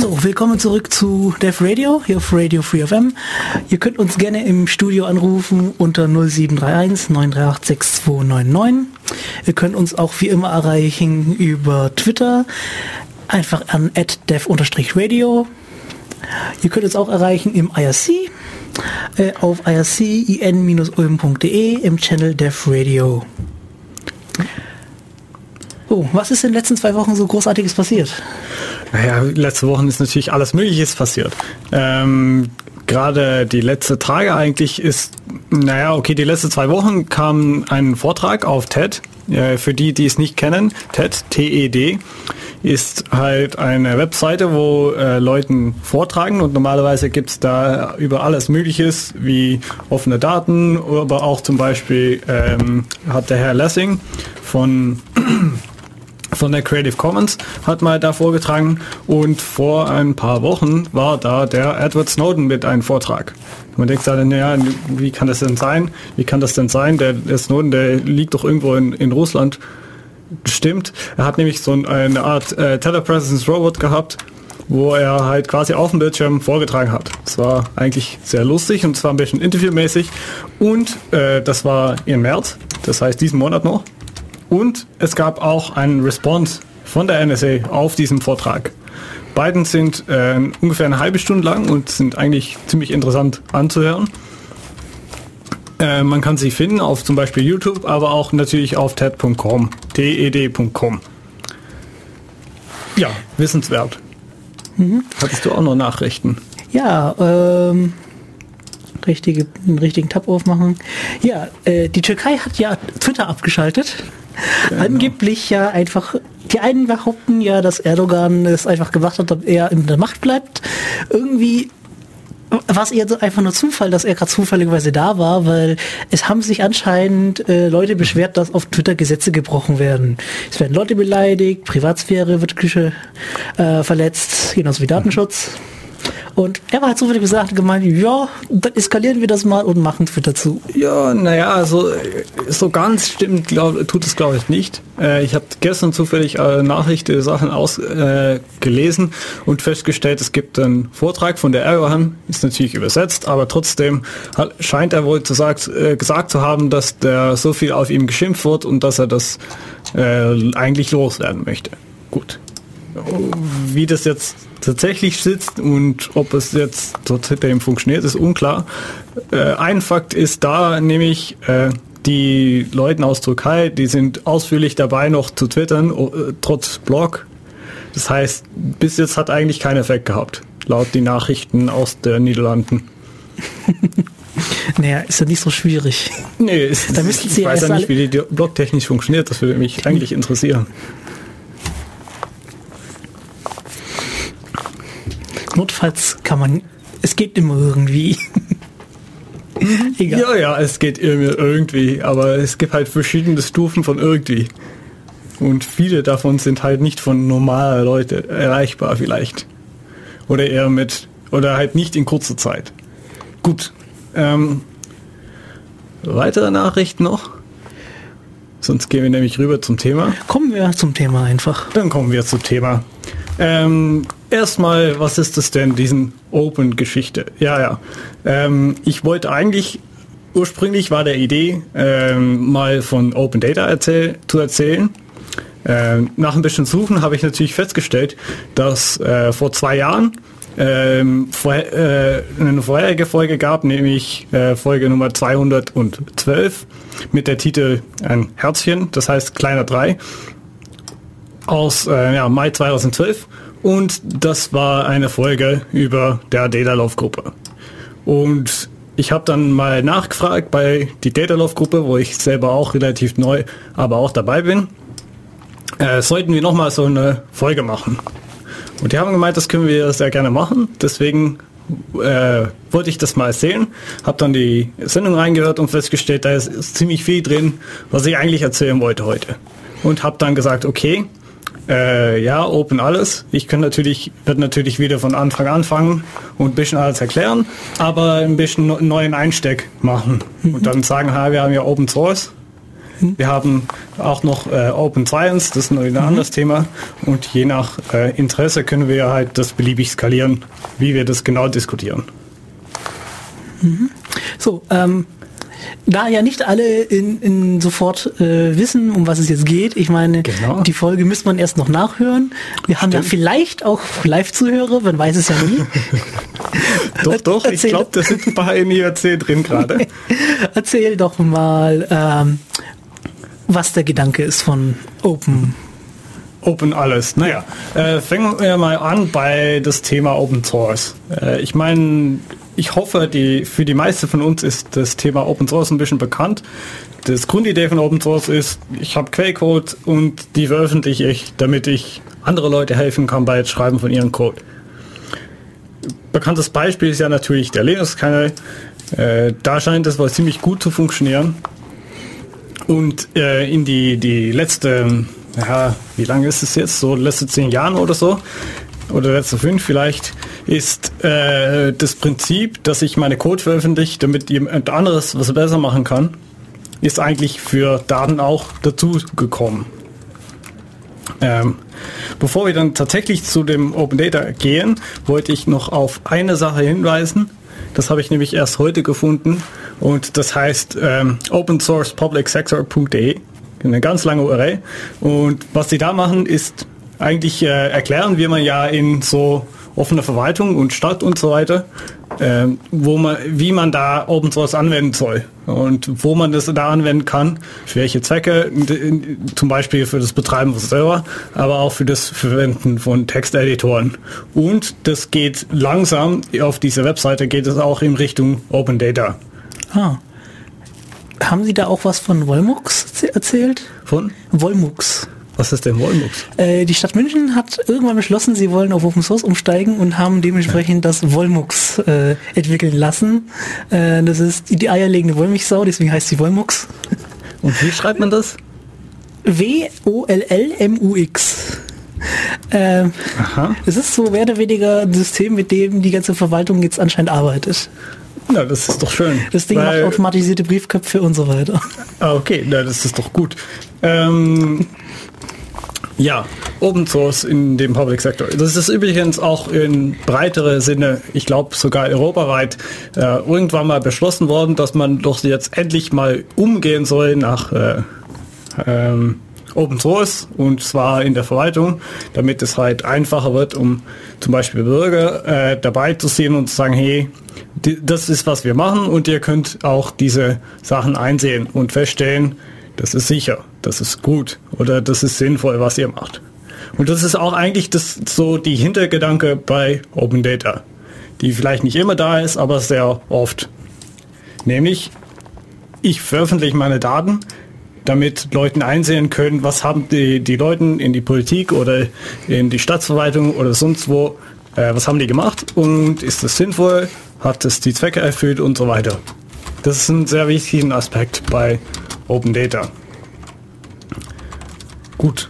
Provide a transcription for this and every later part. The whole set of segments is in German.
So, willkommen zurück zu Dev Radio, hier auf Radio Free FM. Ihr könnt uns gerne im Studio anrufen unter 0731 938 6299. Ihr könnt uns auch wie immer erreichen über Twitter, einfach an @dev_radio. Ihr könnt uns auch erreichen im IRC, auf ircin-ulm.de im Channel Dev Radio. Oh, was ist in den letzten 2 Wochen so Großartiges passiert? Naja, letzte Wochen ist natürlich alles Mögliche passiert. Gerade die letzten Tage eigentlich ist, die letzten 2 Wochen kam ein Vortrag auf TED. Für die es nicht kennen, TED, TED, ist halt eine Webseite, wo Leuten vortragen und normalerweise gibt es da über alles Mögliches wie offene Daten, aber auch zum Beispiel hat der Herr Lessing von der Creative Commons hat mal da vorgetragen und vor ein paar Wochen war da der Edward Snowden mit einem Vortrag. Man denkt dann, naja, wie kann das denn sein? Der Snowden, der liegt doch irgendwo in Russland. Stimmt. Er hat nämlich so eine Art Telepresence Robot gehabt, wo er halt quasi auf dem Bildschirm vorgetragen hat. Das war eigentlich sehr lustig und zwar ein bisschen interviewmäßig. Und das war im März, das heißt diesen Monat noch. Und es gab auch einen Response von der NSA auf diesen Vortrag. Beiden sind ungefähr eine halbe Stunde lang und sind eigentlich ziemlich interessant anzuhören. Man kann sie finden auf zum Beispiel YouTube, aber auch natürlich auf TED.com, TED.com. Ja, wissenswert. Hattest du auch noch Nachrichten? Ja, einen richtigen Tab aufmachen. Ja, die Türkei hat ja Twitter abgeschaltet. Genau. Angeblich ja einfach, die einen behaupten ja, dass Erdogan es einfach gemacht hat, ob er in der Macht bleibt. Irgendwie war es eher so einfach nur Zufall, dass er gerade zufälligerweise da war, weil es haben sich anscheinend Leute beschwert, dass auf Twitter Gesetze gebrochen werden. Es werden Leute beleidigt, Privatsphäre wird verletzt, genauso wie Datenschutz. Und er war halt zufällig gemeint, ja, dann eskalieren wir das mal und machen Twitter zu. Ja, naja, also so ganz stimmt tut es glaube ich nicht. Ich habe gestern zufällig Nachrichten-Sachen gelesen und festgestellt, es gibt einen Vortrag von der Erdogan, ist natürlich übersetzt, aber trotzdem scheint er wohl gesagt zu haben, dass der so viel auf ihm geschimpft wird und dass er das eigentlich loswerden möchte. Gut. Wie das jetzt tatsächlich sitzt und ob es jetzt trotzdem funktioniert, ist unklar. Ein Fakt ist da, nämlich die Leute aus Türkei, die sind ausführlich dabei noch zu twittern, trotz Blog. Das heißt, bis jetzt hat eigentlich keinen Effekt gehabt, laut die Nachrichten aus den Niederlanden. Naja, ist ja nicht so schwierig. Nee, ich weiß ja nicht, wie die blogtechnisch funktioniert, das würde mich eigentlich interessieren. Notfalls es geht immer irgendwie. Egal. Ja, es geht immer irgendwie, aber es gibt halt verschiedene Stufen von irgendwie. Und viele davon sind halt nicht von normalen Leuten erreichbar vielleicht. Oder oder halt nicht in kurzer Zeit. Gut. Weitere Nachrichten noch? Sonst gehen wir nämlich rüber zum Thema. Kommen wir zum Thema einfach. Dann kommen wir zum Thema. Erstmal, was ist das denn, diesen Open-Geschichte? Ja. Ich wollte eigentlich, ursprünglich war der Idee, mal von Open Data zu erzählen. Nach ein bisschen Suchen habe ich natürlich festgestellt, dass vor 2 Jahren eine vorherige Folge gab, nämlich Folge Nummer 212 mit der Titel ein Herzchen, das heißt kleiner 3. Aus Mai 2012 und das war eine Folge über der Datalove-Gruppe. Und ich habe dann mal nachgefragt bei die Datalove-Gruppe, wo ich selber auch relativ neu, aber auch dabei bin, sollten wir nochmal so eine Folge machen. Und die haben gemeint, das können wir sehr gerne machen, deswegen wollte ich das mal erzählen, habe dann die Sendung reingehört und festgestellt, da ist ziemlich viel drin, was ich eigentlich erzählen wollte heute. Und habe dann gesagt, okay, Open alles. Ich werde natürlich wieder von Anfang anfangen und ein bisschen alles erklären, aber ein bisschen neuen Einsteck machen und dann sagen, wir haben ja Open Source Wir haben auch noch Open Science, das ist noch ein anderes Thema. Und je nach Interesse können wir halt das beliebig skalieren, wie wir das genau diskutieren. So, da ja nicht alle in sofort wissen, um was es jetzt geht, ich meine, Die Folge müsste man erst noch nachhören. Wir haben ja vielleicht auch Live-Zuhörer, man weiß es ja nie. Doch, ich glaube, da sind ein paar in IRC drin gerade. Erzähl doch mal, was der Gedanke ist von Open. Open alles. Naja, fangen wir mal an bei das Thema Open Source. Ich meine, ich hoffe, für die meisten von uns ist das Thema Open Source ein bisschen bekannt. Das Grundidee von Open Source ist, ich habe Quellcode und die veröffentliche ich, damit ich andere Leute helfen kann bei Schreiben von ihrem Code. Bekanntes Beispiel ist ja natürlich der Linux-Kernel. Da scheint das wohl ziemlich gut zu funktionieren. Und in die letzte, wie lange ist es jetzt? So letzte 10 Jahren oder so? Oder letzte 5 vielleicht, ist das Prinzip, dass ich meine Code veröffentliche, damit jemand anderes was besser machen kann, ist eigentlich für Daten auch dazu gekommen. Bevor wir dann tatsächlich zu dem Open Data gehen, wollte ich noch auf eine Sache hinweisen. Das habe ich nämlich erst heute gefunden und das heißt opensourcepublicsector.de, eine ganz lange URL. Und was sie da machen, ist eigentlich erklären, wie man ja in so offene Verwaltung und Stadt und so weiter, wie man da Open Source anwenden soll und wo man das da anwenden kann, für welche Zwecke, zum Beispiel für das Betreiben von Server, aber auch für das Verwenden von Texteditoren. Und das geht langsam, auf dieser Webseite geht es auch in Richtung Open Data. Haben Sie da auch was von Wolmux erzählt? Von? Wolmux. Was ist denn Wolmux? Die Stadt München hat irgendwann beschlossen, sie wollen auf Open Source umsteigen und haben dementsprechend das Wolmux entwickeln lassen. Das ist die eierlegende Wollmilchsau, deswegen heißt sie Wolmux. Und wie schreibt man das? WOLLMUX. Es ist so mehr oder weniger ein System, mit dem die ganze Verwaltung jetzt anscheinend arbeitet. Na, das ist doch schön. Das Ding macht automatisierte Briefköpfe und so weiter. Okay, na, das ist doch gut. Ja, Open Source in dem Public Sector. Das ist übrigens auch in breiterem Sinne, ich glaube sogar europaweit, irgendwann mal beschlossen worden, dass man doch jetzt endlich mal umgehen soll nach Open Source und zwar in der Verwaltung, damit es halt einfacher wird, um zum Beispiel Bürger dabei zu sehen und zu sagen, hey, das ist, was wir machen und ihr könnt auch diese Sachen einsehen und feststellen, das ist sicher, das ist gut oder das ist sinnvoll, was ihr macht. Und das ist auch eigentlich so die Hintergedanke bei Open Data, die vielleicht nicht immer da ist, aber sehr oft. Nämlich, ich veröffentliche meine Daten, damit Leute einsehen können, was haben die Leute in die Politik oder in die Stadtverwaltung oder sonst wo, was haben die gemacht und ist das sinnvoll, hat es die Zwecke erfüllt und so weiter. Das ist ein sehr wichtiger Aspekt bei Open Data. Gut.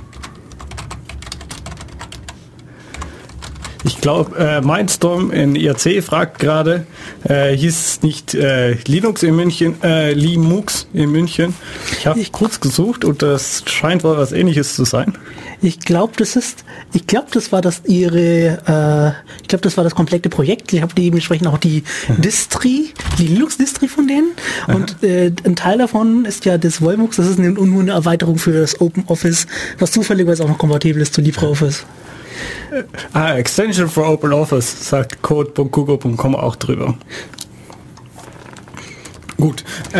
Ich glaube, Mindstorm in IRC fragt gerade, hieß es nicht Linux in München, Linux in München. Ich habe kurz gesucht und das scheint wohl was Ähnliches zu sein. Ich glaube, das war das komplette Projekt. Ich habe dementsprechend auch die Distri, die Linux-Distri von denen. Und ein Teil davon ist ja das Wolmux. Das ist nur eine Erweiterung für das OpenOffice, was zufälligerweise auch noch kompatibel ist zu LibreOffice. Extension for OpenOffice, sagt code.google.com auch drüber. Gut,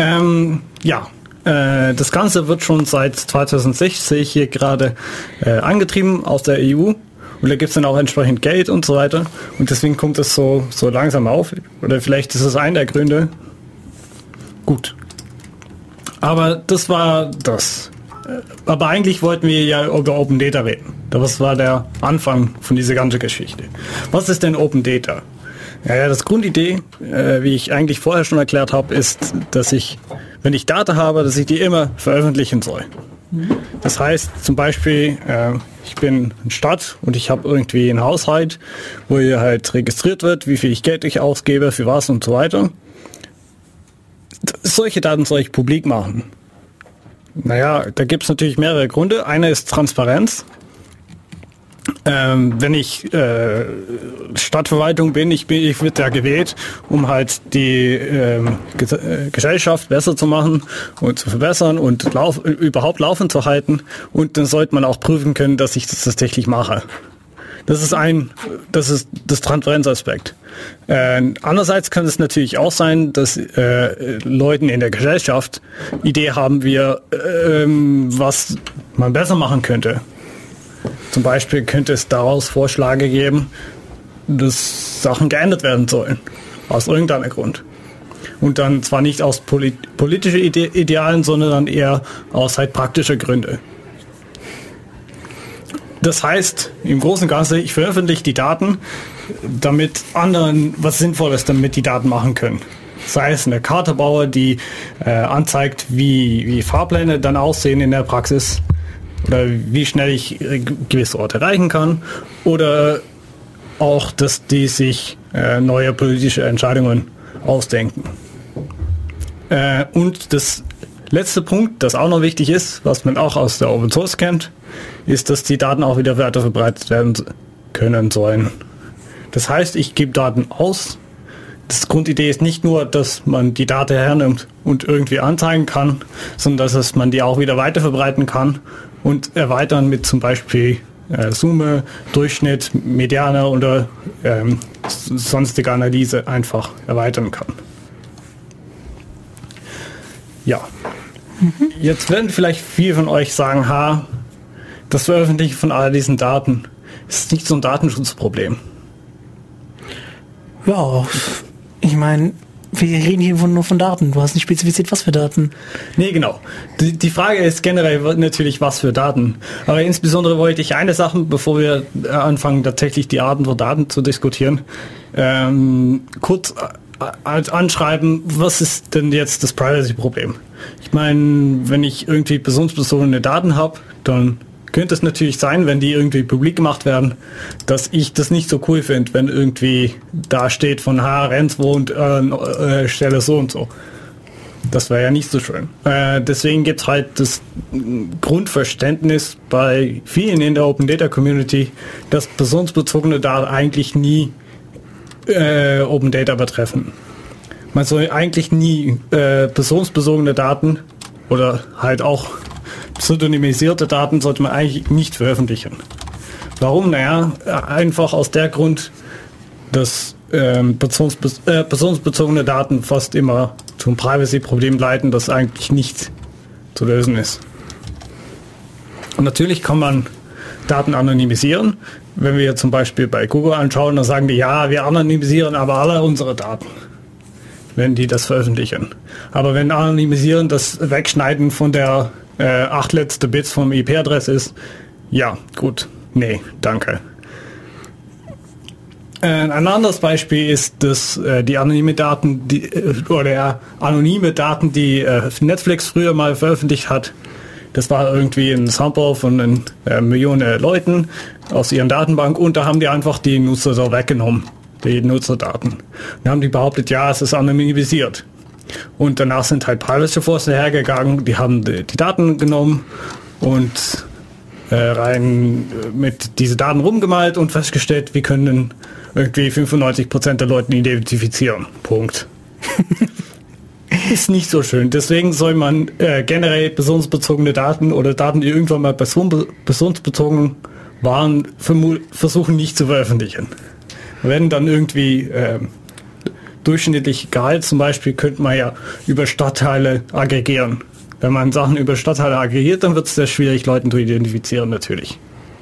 das Ganze wird schon seit 2016 hier gerade angetrieben aus der EU und da gibt es dann auch entsprechend Geld und so weiter und deswegen kommt es so langsam auf oder vielleicht ist es einer der Gründe. Gut, aber das war das. Aber eigentlich wollten wir ja über Open Data reden. Das war der Anfang von dieser ganzen Geschichte. Was ist denn Open Data? Ja, das Grundidee, wie ich eigentlich vorher schon erklärt habe, ist, dass ich, wenn ich Daten habe, dass ich die immer veröffentlichen soll. Das heißt zum Beispiel, ich bin eine Stadt und ich habe irgendwie einen Haushalt, wo hier halt registriert wird, wie viel Geld ich ausgebe, für was und so weiter. Solche Daten soll ich publik machen. Naja, da gibt es natürlich mehrere Gründe. Einer ist Transparenz. Wenn ich Stadtverwaltung bin, ich werde ja gewählt, um halt die Gesellschaft besser zu machen und zu verbessern und überhaupt laufen zu halten. Und dann sollte man auch prüfen können, dass ich das tatsächlich mache. Das ist das Transparenzaspekt. Andererseits kann es natürlich auch sein, dass Leuten in der Gesellschaft Idee haben, was man besser machen könnte. Zum Beispiel könnte es daraus Vorschläge geben, dass Sachen geändert werden sollen. Aus irgendeinem Grund. Und dann zwar nicht aus politischen Idealen, sondern dann eher aus halt praktischer Gründe. Das heißt, im Großen und Ganzen, ich veröffentliche die Daten, damit anderen was Sinnvolles damit die Daten machen können. Sei es eine Kartebauer, die anzeigt, wie Fahrpläne dann aussehen in der Praxis oder wie schnell ich gewisse Orte erreichen kann oder auch, dass die sich neue politische Entscheidungen ausdenken. Und das letzte Punkt, das auch noch wichtig ist, was man auch aus der Open Source kennt, ist, dass die Daten auch wieder weiter verbreitet werden können sollen. Das heißt, ich gebe Daten aus. Das Grundidee ist nicht nur, dass man die Daten hernimmt und irgendwie anzeigen kann, sondern dass man die auch wieder weiter verbreiten kann und erweitern mit zum Beispiel Summe, Durchschnitt, Mediane oder sonstige Analyse einfach erweitern kann. Ja. Jetzt werden vielleicht viele von euch sagen, das Veröffentlichen von all diesen Daten ist nicht so ein Datenschutzproblem. Ja, ich meine, wir reden hier nur von Daten. Du hast nicht spezifiziert, was für Daten. Nee, genau. Die Frage ist generell natürlich, was für Daten. Aber insbesondere wollte ich eine Sache, bevor wir anfangen, tatsächlich die Arten von Daten zu diskutieren, kurz anschreiben, was ist denn jetzt das Privacy-Problem? Ich meine, wenn ich irgendwie personenbezogene Daten habe, dann könnte es natürlich sein, wenn die irgendwie publik gemacht werden, dass ich das nicht so cool finde, wenn irgendwie da steht von Renz wohnt Stelle so und so. Das wäre ja nicht so schön. Deswegen gibt es halt das Grundverständnis bei vielen in der Open Data Community, dass personenbezogene Daten eigentlich nie Open Data betreffen. Man soll eigentlich nie personenbezogene Daten oder halt auch pseudonymisierte Daten sollte man eigentlich nicht veröffentlichen. Warum? Naja, einfach aus der Grund, dass personenbezogene Daten fast immer zum Privacy-Problem leiten, das eigentlich nicht zu lösen ist. Und natürlich kann man Daten anonymisieren. Wenn wir zum Beispiel bei Google anschauen, dann sagen die, ja, wir anonymisieren aber alle unsere Daten, wenn die das veröffentlichen. Aber wenn anonymisieren das Wegschneiden von der 8 letzte Bits vom IP-Adresse ist, ja, gut, nee, danke. Ein anderes Beispiel ist, dass die anonyme Daten, die Netflix früher mal veröffentlicht hat, das war irgendwie ein Sample von Millionen Leuten aus ihren Datenbank und da haben die einfach die Nutzer so weggenommen, die Nutzerdaten. Dann haben die behauptet, ja, es ist anonymisiert. Und danach sind halt Privacy Force hergegangen, die haben die Daten genommen und rein mit diese Daten rumgemalt und festgestellt, wir können irgendwie 95% der Leute identifizieren. Punkt. Ist nicht so schön. Deswegen soll man generell personenbezogene Daten oder Daten, die irgendwann mal personenbezogen waren, versuchen nicht zu veröffentlichen. Wenn dann irgendwie durchschnittlich Gehalt zum Beispiel, könnte man ja über Stadtteile aggregieren. Wenn man Sachen über Stadtteile aggregiert, dann wird es sehr schwierig, Leuten zu identifizieren natürlich.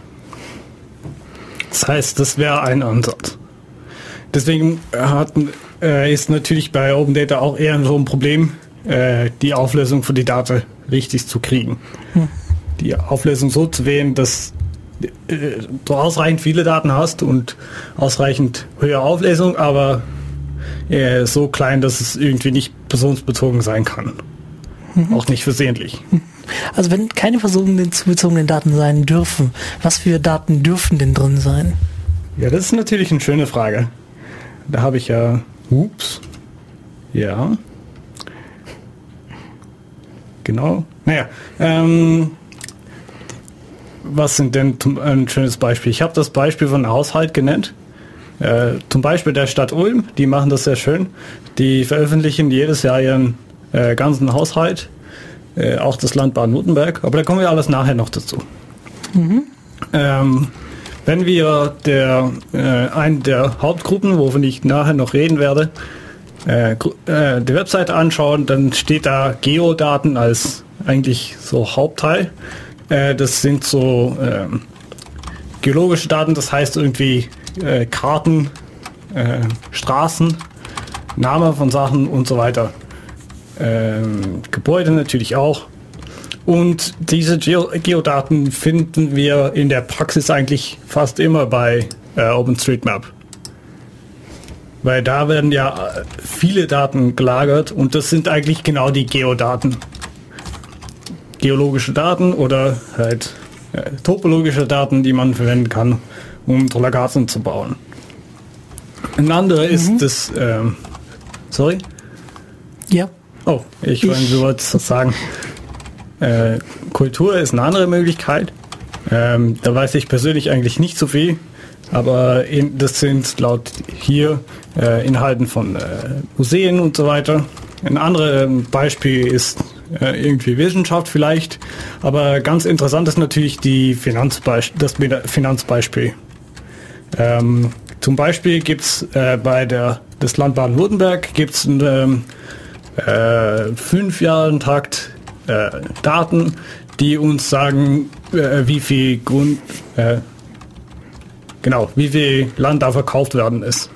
Das heißt, das wäre ein Ansatz. Deswegen ist natürlich bei Open Data auch eher so ein Problem, die Auflösung für die Daten richtig zu kriegen. Die Auflösung so zu wählen, dass du ausreichend viele Daten hast und ausreichend höhere Auflösung, aber so klein, dass es irgendwie nicht personenbezogen sein kann. Auch nicht versehentlich. Also wenn keine personenbezogenen Daten sein dürfen, was für Daten dürfen denn drin sein? Ja, das ist natürlich eine schöne Frage. Da habe ich ja... Ups. Ja. Genau. Naja, was sind denn ein schönes Beispiel? Ich habe das Beispiel von Haushalt genannt. Zum Beispiel der Stadt Ulm, die machen das sehr schön. Die veröffentlichen jedes Jahr ihren ganzen Haushalt, auch das Land Baden-Württemberg. Aber da kommen wir alles nachher noch dazu. Wenn wir einen der Hauptgruppen, wovon ich nachher noch reden werde, die Webseite anschauen, dann steht da Geodaten als eigentlich so Hauptteil. Das sind so geologische Daten, das heißt irgendwie Karten, Straßen, Name von Sachen und so weiter. Gebäude natürlich auch. Und diese Geodaten finden wir in der Praxis eigentlich fast immer bei OpenStreetMap. Weil da werden ja viele Daten gelagert und das sind eigentlich genau die Geodaten. Geologische Daten oder halt topologische Daten, die man verwenden kann, um Tolagazen zu bauen. Ein anderer ist das... sorry? Ja. Oh, ich wollte es sagen. Kultur ist eine andere Möglichkeit. Da weiß ich persönlich eigentlich nicht so viel, aber das sind laut hier Inhalten von Museen und so weiter. Ein anderes Beispiel ist irgendwie Wissenschaft vielleicht, aber ganz interessant ist natürlich das Finanzbeispiel. Zum Beispiel gibt es bei das Land Baden-Württemberg gibt es 5 Jahre im Takt Daten, die uns sagen, wie viel Land da verkauft werden ist.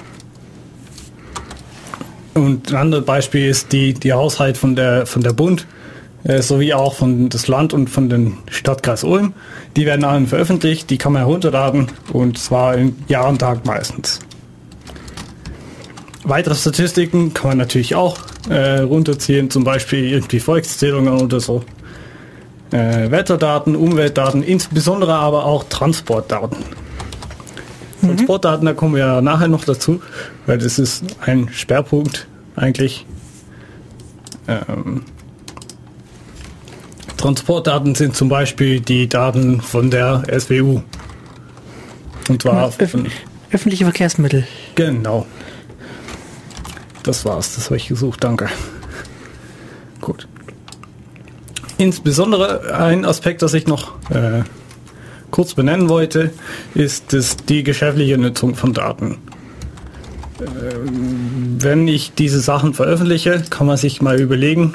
Und ein anderes Beispiel ist die Haushalt von der Bund, sowie auch von das Land und von den Stadtkreis Ulm. Die werden allen veröffentlicht, die kann man herunterladen und zwar in Jahr und Tag meistens. Weitere Statistiken kann man natürlich auch runterziehen, zum Beispiel irgendwie Volkszählungen oder so. Wetterdaten, Umweltdaten, insbesondere aber auch Transportdaten. Transportdaten, da kommen wir ja nachher noch dazu, weil das ist ein Schwerpunkt eigentlich. Transportdaten sind zum Beispiel die Daten von der SWU. Und zwar öffentliche Verkehrsmittel. Genau. Das war's, das habe ich gesucht, danke. Gut. Insbesondere ein Aspekt, das ich noch kurz benennen wollte, ist die geschäftliche Nutzung von Daten. Wenn ich diese Sachen veröffentliche, kann man sich mal überlegen,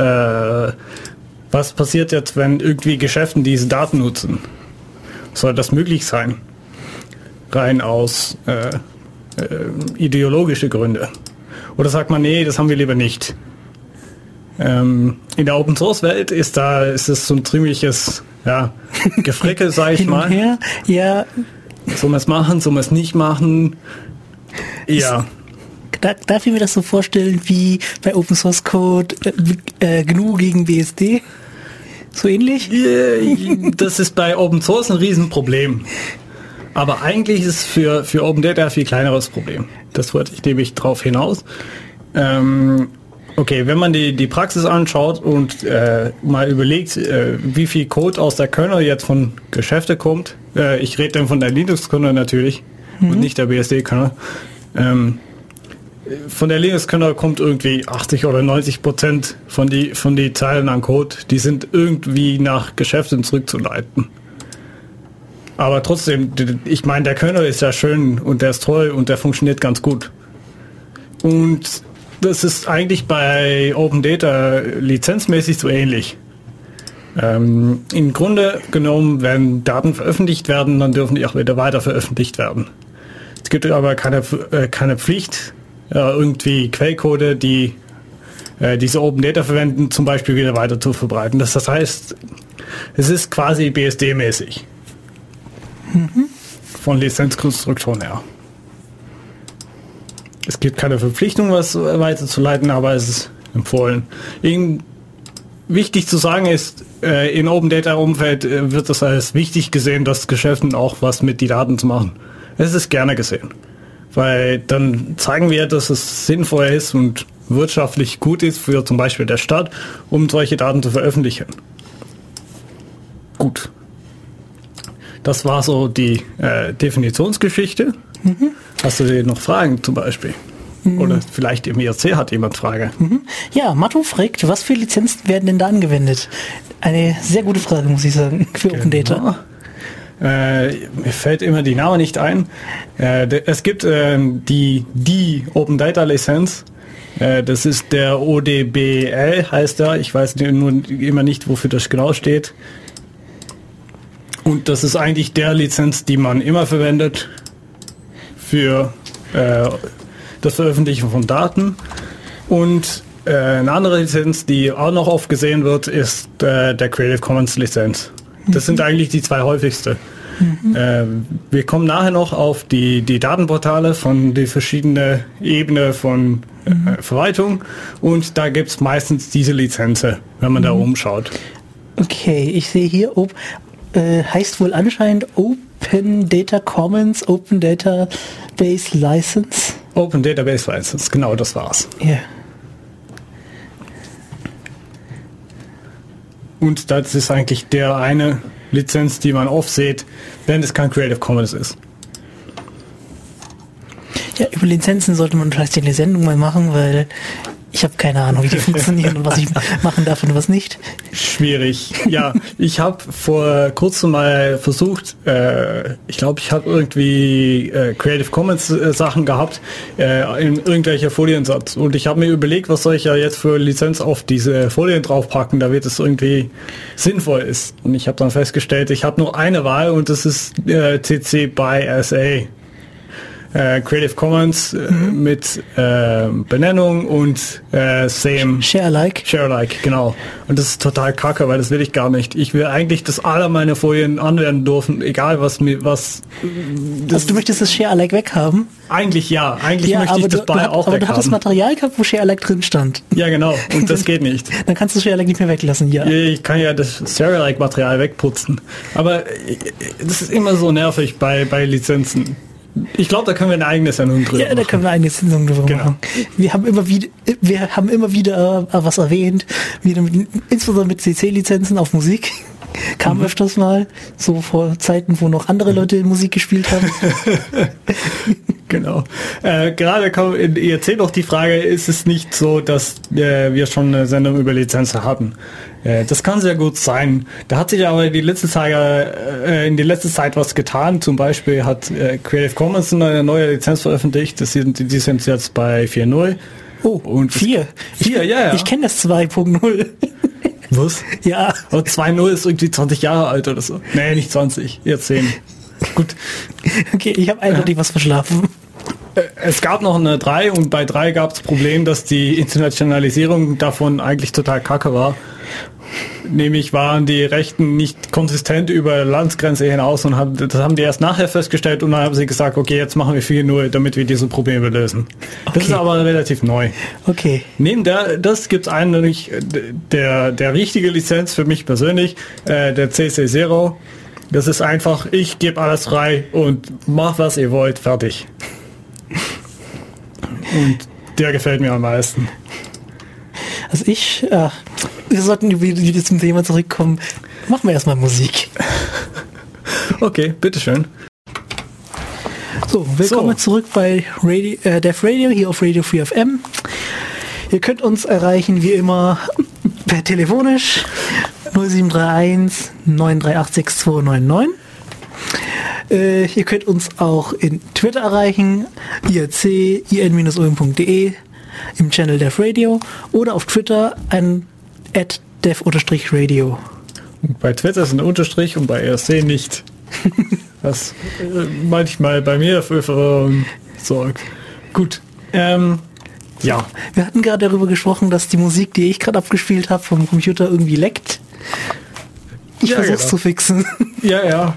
was passiert jetzt, wenn irgendwie Geschäften diese Daten nutzen? Soll das möglich sein? Rein aus ideologische Gründe. Oder sagt man, nee, das haben wir lieber nicht. In der Open-Source-Welt ist es so ein ziemliches Gefrickel, sage ich mal. Her, ja. Soll man es machen, soll man es nicht machen? Ja. Darf ich mir das so vorstellen wie bei Open Source Code GNU gegen BSD? So ähnlich? Das ist bei Open Source ein Riesenproblem. Aber eigentlich ist es für Open Data ein viel kleineres Problem. Das wollte ich nämlich drauf hinaus. Okay, wenn man die Praxis anschaut und mal überlegt, wie viel Code aus der Kernel jetzt von Geschäfte kommt, ich rede dann von der Linux-Kernel natürlich und nicht der BSD-Kernel. Von der Linux-Kernel kommt irgendwie 80 oder 90% von die Zeilen an Code, die sind irgendwie nach Geschäften zurückzuleiten. Aber trotzdem, ich meine, der Kernel ist ja schön und der ist toll und der funktioniert ganz gut. Und das ist eigentlich bei Open Data lizenzmäßig so ähnlich. Im Grunde genommen, wenn Daten veröffentlicht werden, dann dürfen die auch wieder weiter veröffentlicht werden. Es gibt aber keine Pflicht, irgendwie Quellcode, die diese Open Data verwenden, zum Beispiel wieder weiter zu verbreiten. Das heißt, es ist quasi BSD-mäßig. Von Lizenzkonstruktion her. Es gibt keine Verpflichtung, was weiterzuleiten, aber es ist empfohlen. Wichtig zu sagen ist, in Open Data Umfeld wird das als wichtig gesehen, das Geschäften auch was mit die Daten zu machen. Es ist gerne gesehen, weil dann zeigen wir, dass es sinnvoll ist und wirtschaftlich gut ist für zum Beispiel der Stadt, um solche Daten zu veröffentlichen. Gut. Das war so die Definitionsgeschichte. Hast du dir noch Fragen zum Beispiel? Oder vielleicht im IRC hat jemand Frage. Ja, Matto fragt, was für Lizenzen werden denn da angewendet? Eine sehr gute Frage, muss ich sagen, für Open Data. Mir fällt immer die Name nicht ein. Es gibt die Open Data Lizenz. Das ist der ODBL, heißt er. Ich weiß nur immer nicht, wofür das genau steht. Und das ist eigentlich der Lizenz, die man immer verwendet für das Veröffentlichen von Daten. Und eine andere Lizenz, die auch noch oft gesehen wird, ist der Creative Commons Lizenz. Das sind eigentlich die zwei häufigste. Wir kommen nachher noch auf die Datenportale von die verschiedenen Ebenen von Verwaltung und da gibt es meistens diese Lizenzen, wenn man da umschaut. Okay, ich sehe hier, heißt wohl anscheinend Open Data Commons, Open Database License. Open Database License, genau, das war's. Ja. Yeah. Und das ist eigentlich der eine Lizenz, die man oft sieht, wenn es kein Creative Commons ist. Ja, über Lizenzen sollte man vielleicht eine Sendung mal machen, weil ich habe keine Ahnung, wie die funktionieren und was ich machen darf und was nicht. Schwierig. Ja, ich habe vor kurzem mal versucht, ich glaube, ich habe irgendwie Creative Commons Sachen gehabt in irgendwelcher Foliensatz und ich habe mir überlegt, was soll ich ja jetzt für Lizenz auf diese Folien draufpacken, damit es irgendwie sinnvoll ist. Und ich habe dann festgestellt, ich habe nur eine Wahl und das ist CC by SA. Creative Commons mit Benennung und same Share-alike, genau. Und das ist total kacke, weil das will ich gar nicht. Ich will eigentlich, dass alle meine Folien anwenden dürfen, egal was. Also du möchtest das Share-alike weghaben? Eigentlich ja. Eigentlich möchte ich das auch weghaben. Aber du hattest Material gehabt, wo Share-alike drin stand. Ja, genau. Und das geht nicht. Dann kannst du das Share-alike nicht mehr weglassen, ja. Ich kann ja das Share-alike-Material wegputzen. Aber das ist immer so nervig bei Lizenzen. Ich glaube, da können wir eine eigene Sendung drüber machen. Ja, da können wir eine eigene Sendung drüber machen. Wir haben immer wieder was erwähnt, insbesondere mit CC-Lizenzen auf Musik. Kam öfters mal, so vor Zeiten, wo noch andere Leute Musik gespielt haben. Genau. Gerade kommt in IRC noch die Frage, ist es nicht so, dass wir schon eine Sendung über Lizenzen hatten? Das kann sehr gut sein. Da hat sich aber in die letzte Zeit was getan. Zum Beispiel hat Creative Commons eine neue Lizenz veröffentlicht. Die sind jetzt bei 4.0. Oh, und 4. Ja. Ich kenne das 2.0. Was? Ja. Aber 2.0 ist irgendwie 20 Jahre alt oder so. Nee, nicht 20, eher 10. Gut. Okay, ich habe eindeutig was verschlafen. Es gab noch eine 3 und bei 3 gab es das Problem, dass die Internationalisierung davon eigentlich total kacke war. Nämlich waren die Rechten nicht konsistent über Landesgrenze hinaus und das haben die erst nachher festgestellt und dann haben sie gesagt, okay, jetzt machen wir 4.0, damit wir diese Probleme lösen. Okay. Das ist aber relativ neu. Okay. Neben das gibt es eigentlich der richtige Lizenz für mich persönlich, der CC0. Das ist einfach, ich gebe alles frei und mach was ihr wollt, fertig. Und der gefällt mir am meisten. Also wir sollten wieder zum Thema zurückkommen. Machen wir erstmal Musik. Okay, bitteschön. So, willkommen zurück bei Def Radio, hier auf Radio Free FM. Ihr könnt uns erreichen, wie immer, per telefonisch 0731 938 6299. Ihr könnt uns auch in Twitter erreichen, IRC, in-ulm.de, im Channel Def Radio oder auf Twitter an @def_radio. Bei Twitter ist ein Unterstrich und bei IRC nicht. Was manchmal bei mir für Verwirrung sorgt. Gut. Ja. Wir hatten gerade darüber gesprochen, dass die Musik, die ich gerade abgespielt habe, vom Computer irgendwie leckt. Ich versuch's zu fixen. Ja.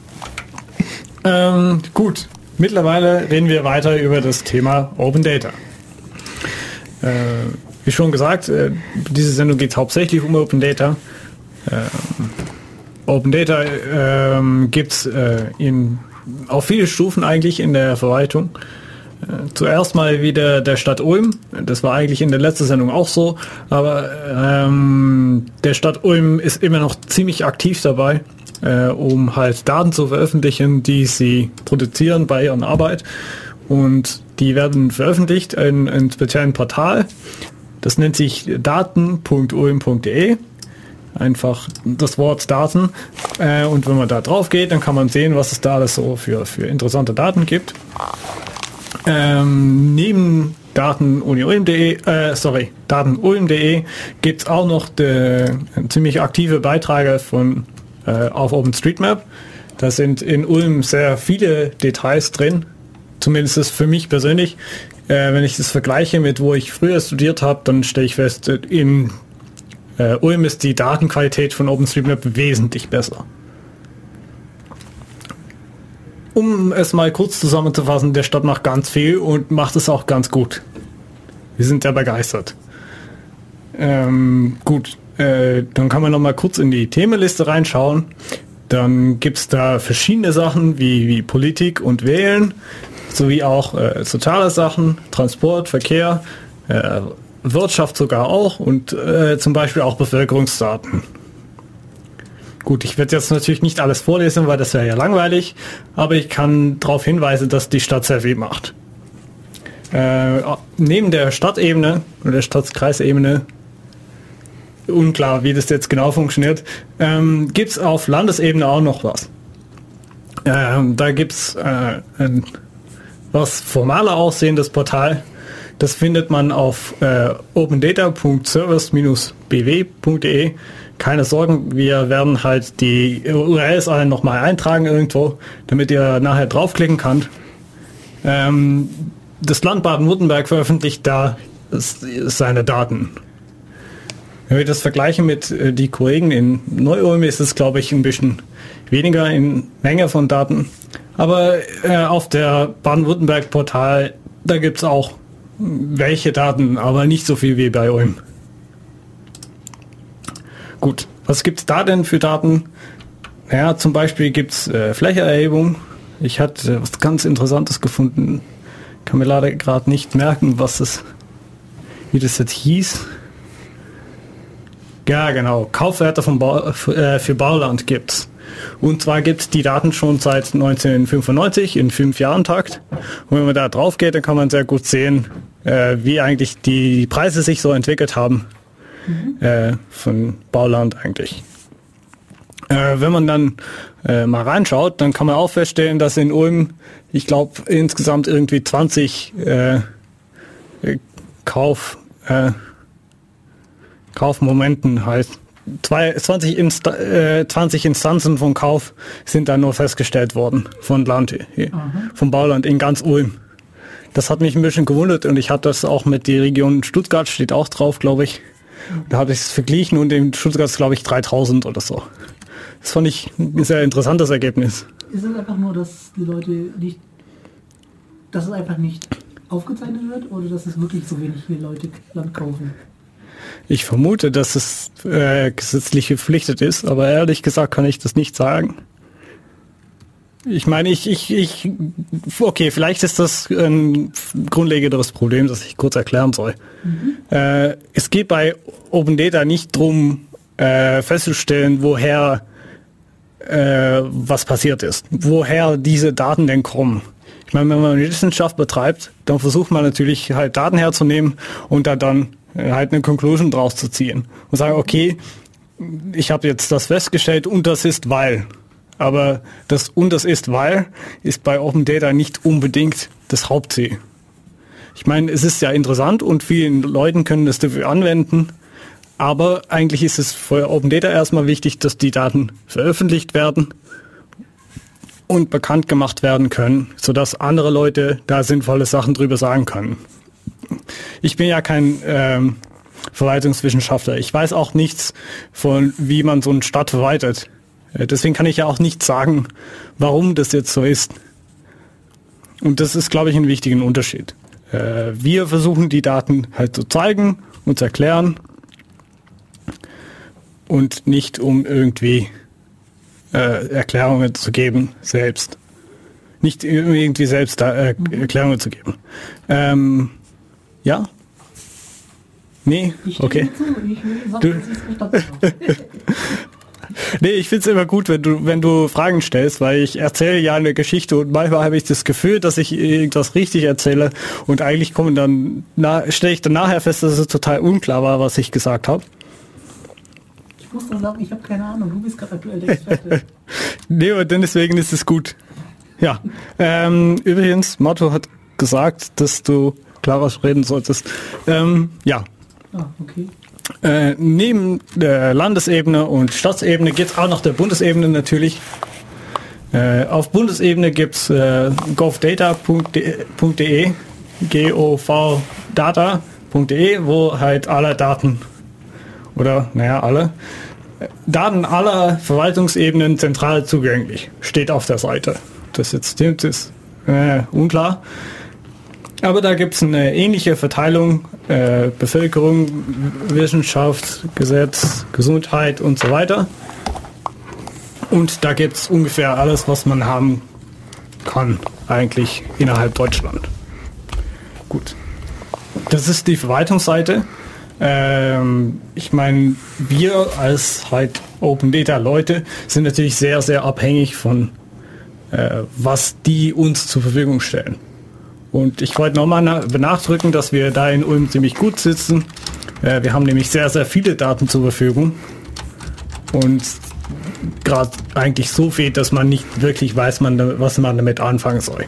Gut. Mittlerweile reden wir weiter über das Thema Open Data. Wie schon gesagt, diese Sendung geht hauptsächlich um Open Data. Open Data gibt es auf viele Stufen eigentlich in der Verwaltung. Zuerst mal wieder der Stadt Ulm. Das war eigentlich in der letzten Sendung auch so, aber der Stadt Ulm ist immer noch ziemlich aktiv dabei, um halt Daten zu veröffentlichen, die sie produzieren bei ihrer Arbeit. Und die werden veröffentlicht in einem speziellen Portal. Das nennt sich daten.ulm.de. Einfach das Wort Daten. Und wenn man da drauf geht, dann kann man sehen, was es da alles so für interessante Daten gibt. Neben datenulm.de gibt es auch noch ziemlich aktive Beiträge auf OpenStreetMap. Da sind in Ulm sehr viele Details drin, zumindest für mich persönlich. Wenn ich das vergleiche mit wo ich früher studiert habe, dann stelle ich fest, in Ulm ist die Datenqualität von OpenStreetMap wesentlich besser. Um es mal kurz zusammenzufassen, der Stadt macht ganz viel und macht es auch ganz gut. Wir sind sehr begeistert. Dann kann man noch mal kurz in die Themenliste reinschauen. Dann gibt es da verschiedene Sachen wie Politik und Wählen, sowie auch soziale Sachen, Transport, Verkehr, Wirtschaft sogar auch und zum Beispiel auch Bevölkerungsdaten. Gut, ich werde jetzt natürlich nicht alles vorlesen, weil das wäre ja langweilig, aber ich kann darauf hinweisen, dass die Stadt sehr viel macht. Neben der Stadtebene oder der Stadtkreisebene, unklar, wie das jetzt genau funktioniert, gibt es auf Landesebene auch noch was. Da gibt es was formaler aussehendes Portal. Das findet man auf opendata.service-bw.de. Keine Sorgen, wir werden halt die URLs alle nochmal eintragen irgendwo, damit ihr nachher draufklicken könnt. Das Land Baden-Württemberg veröffentlicht da seine Daten. Wenn wir das vergleichen mit die Kollegen in Neu-Ulm, ist es, glaube ich, ein bisschen weniger in Menge von Daten. Aber auf der Baden-Württemberg-Portal, da gibt es auch welche Daten, aber nicht so viel wie bei Ulm. Gut, was gibt es da denn für Daten? Ja, zum Beispiel gibt es Flächenerhebung. Ich hatte was ganz Interessantes gefunden. Kann mir leider gerade nicht merken, wie das jetzt hieß. Ja, genau. Kaufwerte für Bauland gibt's. Und zwar gibt es die Daten schon seit 1995 in 5 Jahren Takt. Und wenn man da drauf geht, dann kann man sehr gut sehen, wie eigentlich die Preise sich so entwickelt haben von Bauland eigentlich. Wenn man dann mal reinschaut, dann kann man auch feststellen, dass in Ulm, ich glaube, insgesamt irgendwie 20 Kaufmomenten heißt. 20 Instanzen von Kauf sind dann nur festgestellt worden vom Bauland in ganz Ulm. Das hat mich ein bisschen gewundert und ich hatte das auch mit der Region Stuttgart, steht auch drauf, glaube ich. Da habe ich es verglichen und in Stuttgart ist, glaube ich, 3000 oder so. Das fand ich ein sehr interessantes Ergebnis. Ist es einfach nur, dass die Leute dass es einfach nicht aufgezeichnet wird oder dass es wirklich so wenig Leute Land kaufen? Ich vermute, dass es gesetzlich verpflichtet ist, aber ehrlich gesagt kann ich das nicht sagen. Ich meine, okay, vielleicht ist das ein grundlegenderes Problem, das ich kurz erklären soll. Es geht bei Open Data nicht darum, festzustellen, woher was passiert ist, woher diese Daten denn kommen. Ich meine, wenn man Wissenschaft betreibt, dann versucht man natürlich halt Daten herzunehmen und da dann halt eine Conclusion draus zu ziehen und sagen, okay, ich habe jetzt das festgestellt und das ist weil. Aber das und das ist weil ist bei Open Data nicht unbedingt das Hauptziel. Ich meine, es ist ja interessant und vielen Leuten können das dafür anwenden, aber eigentlich ist es für Open Data erstmal wichtig, dass die Daten veröffentlicht werden und bekannt gemacht werden können, sodass andere Leute da sinnvolle Sachen drüber sagen können. Ich bin ja kein Verwaltungswissenschaftler. Ich weiß auch nichts von, wie man so eine Stadt verwaltet. Deswegen kann ich ja auch nicht sagen, warum das jetzt so ist. Und das ist, glaube ich, ein wichtiger Unterschied. Wir versuchen, die Daten halt zu zeigen und zu erklären und nicht, um irgendwie Erklärungen zu geben selbst. nicht irgendwie selbst da Erklärungen zu geben. Ja? Nee? Okay. Nee, ich finde es immer gut, wenn du Fragen stellst, weil ich erzähle ja eine Geschichte und manchmal habe ich das Gefühl, dass ich irgendwas richtig erzähle und eigentlich stelle ich dann nachher fest, dass es total unklar war, was ich gesagt habe. Ich muss dann sagen, ich habe keine Ahnung, du bist gerade aktuell der Experte. Nee, aber deswegen ist es gut. Ja. Übrigens, Matto hat gesagt, dass du klarer reden solltest. Ja. Ah, okay. Neben der Landesebene und Staatsebene geht es auch nach der Bundesebene natürlich. Auf Bundesebene gibt es govdata.de, govdata.de, wo halt alle Daten, alle Daten aller Verwaltungsebenen zentral zugänglich, steht auf der Seite. Das jetzt stimmt, ist unklar. Aber da gibt es eine ähnliche Verteilung, Bevölkerung, Wissenschaft, Gesetz, Gesundheit und so weiter. Und da gibt es ungefähr alles, was man haben kann, eigentlich innerhalb Deutschland. Gut. Das ist die Verwaltungsseite. Ich meine, wir als halt Open Data Leute sind natürlich sehr, sehr abhängig von was die uns zur Verfügung stellen. Und ich wollte nochmal nachdrücken, dass wir da in Ulm ziemlich gut sitzen. Wir haben nämlich sehr, sehr viele Daten zur Verfügung. Und gerade eigentlich so viel, dass man nicht wirklich weiß, was man damit anfangen soll.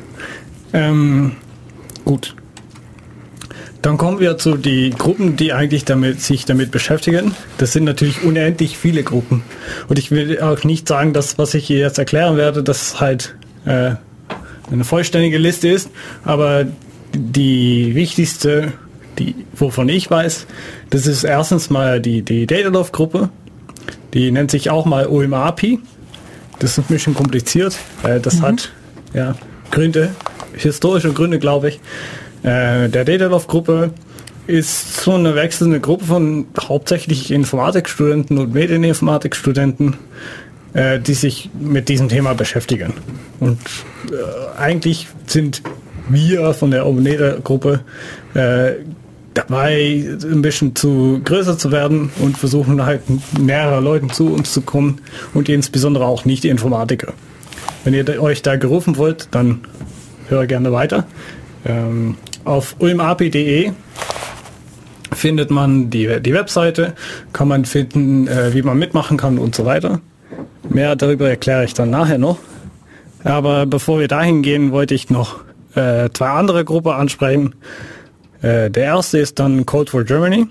Gut. Dann kommen wir zu den Gruppen, die eigentlich sich damit beschäftigen. Das sind natürlich unendlich viele Gruppen. Und ich will auch nicht sagen, dass was ich hier jetzt erklären werde, dass halt eine vollständige Liste ist, aber die wichtigste, wovon ich weiß, das ist erstens mal die Datalove-Gruppe. Die nennt sich auch mal OMAPI. Das ist ein bisschen kompliziert. Das hat Gründe, historische Gründe, glaube ich. Der Datalove-Gruppe ist so eine wechselnde Gruppe von hauptsächlich Informatikstudenten und Medieninformatikstudenten, die sich mit diesem Thema beschäftigen. Und eigentlich sind wir von der Open Data Gruppe dabei, ein bisschen größer zu werden und versuchen halt mehrere Leuten zu uns zu kommen und insbesondere auch nicht die Informatiker. Wenn ihr euch da gerufen wollt, dann hört gerne weiter. Auf ulmapi.de findet man die Webseite, kann man finden, wie man mitmachen kann und so weiter. Mehr darüber erkläre ich dann nachher noch. Aber bevor wir dahin gehen, wollte ich noch zwei andere Gruppen ansprechen. Der erste ist dann Code for Germany.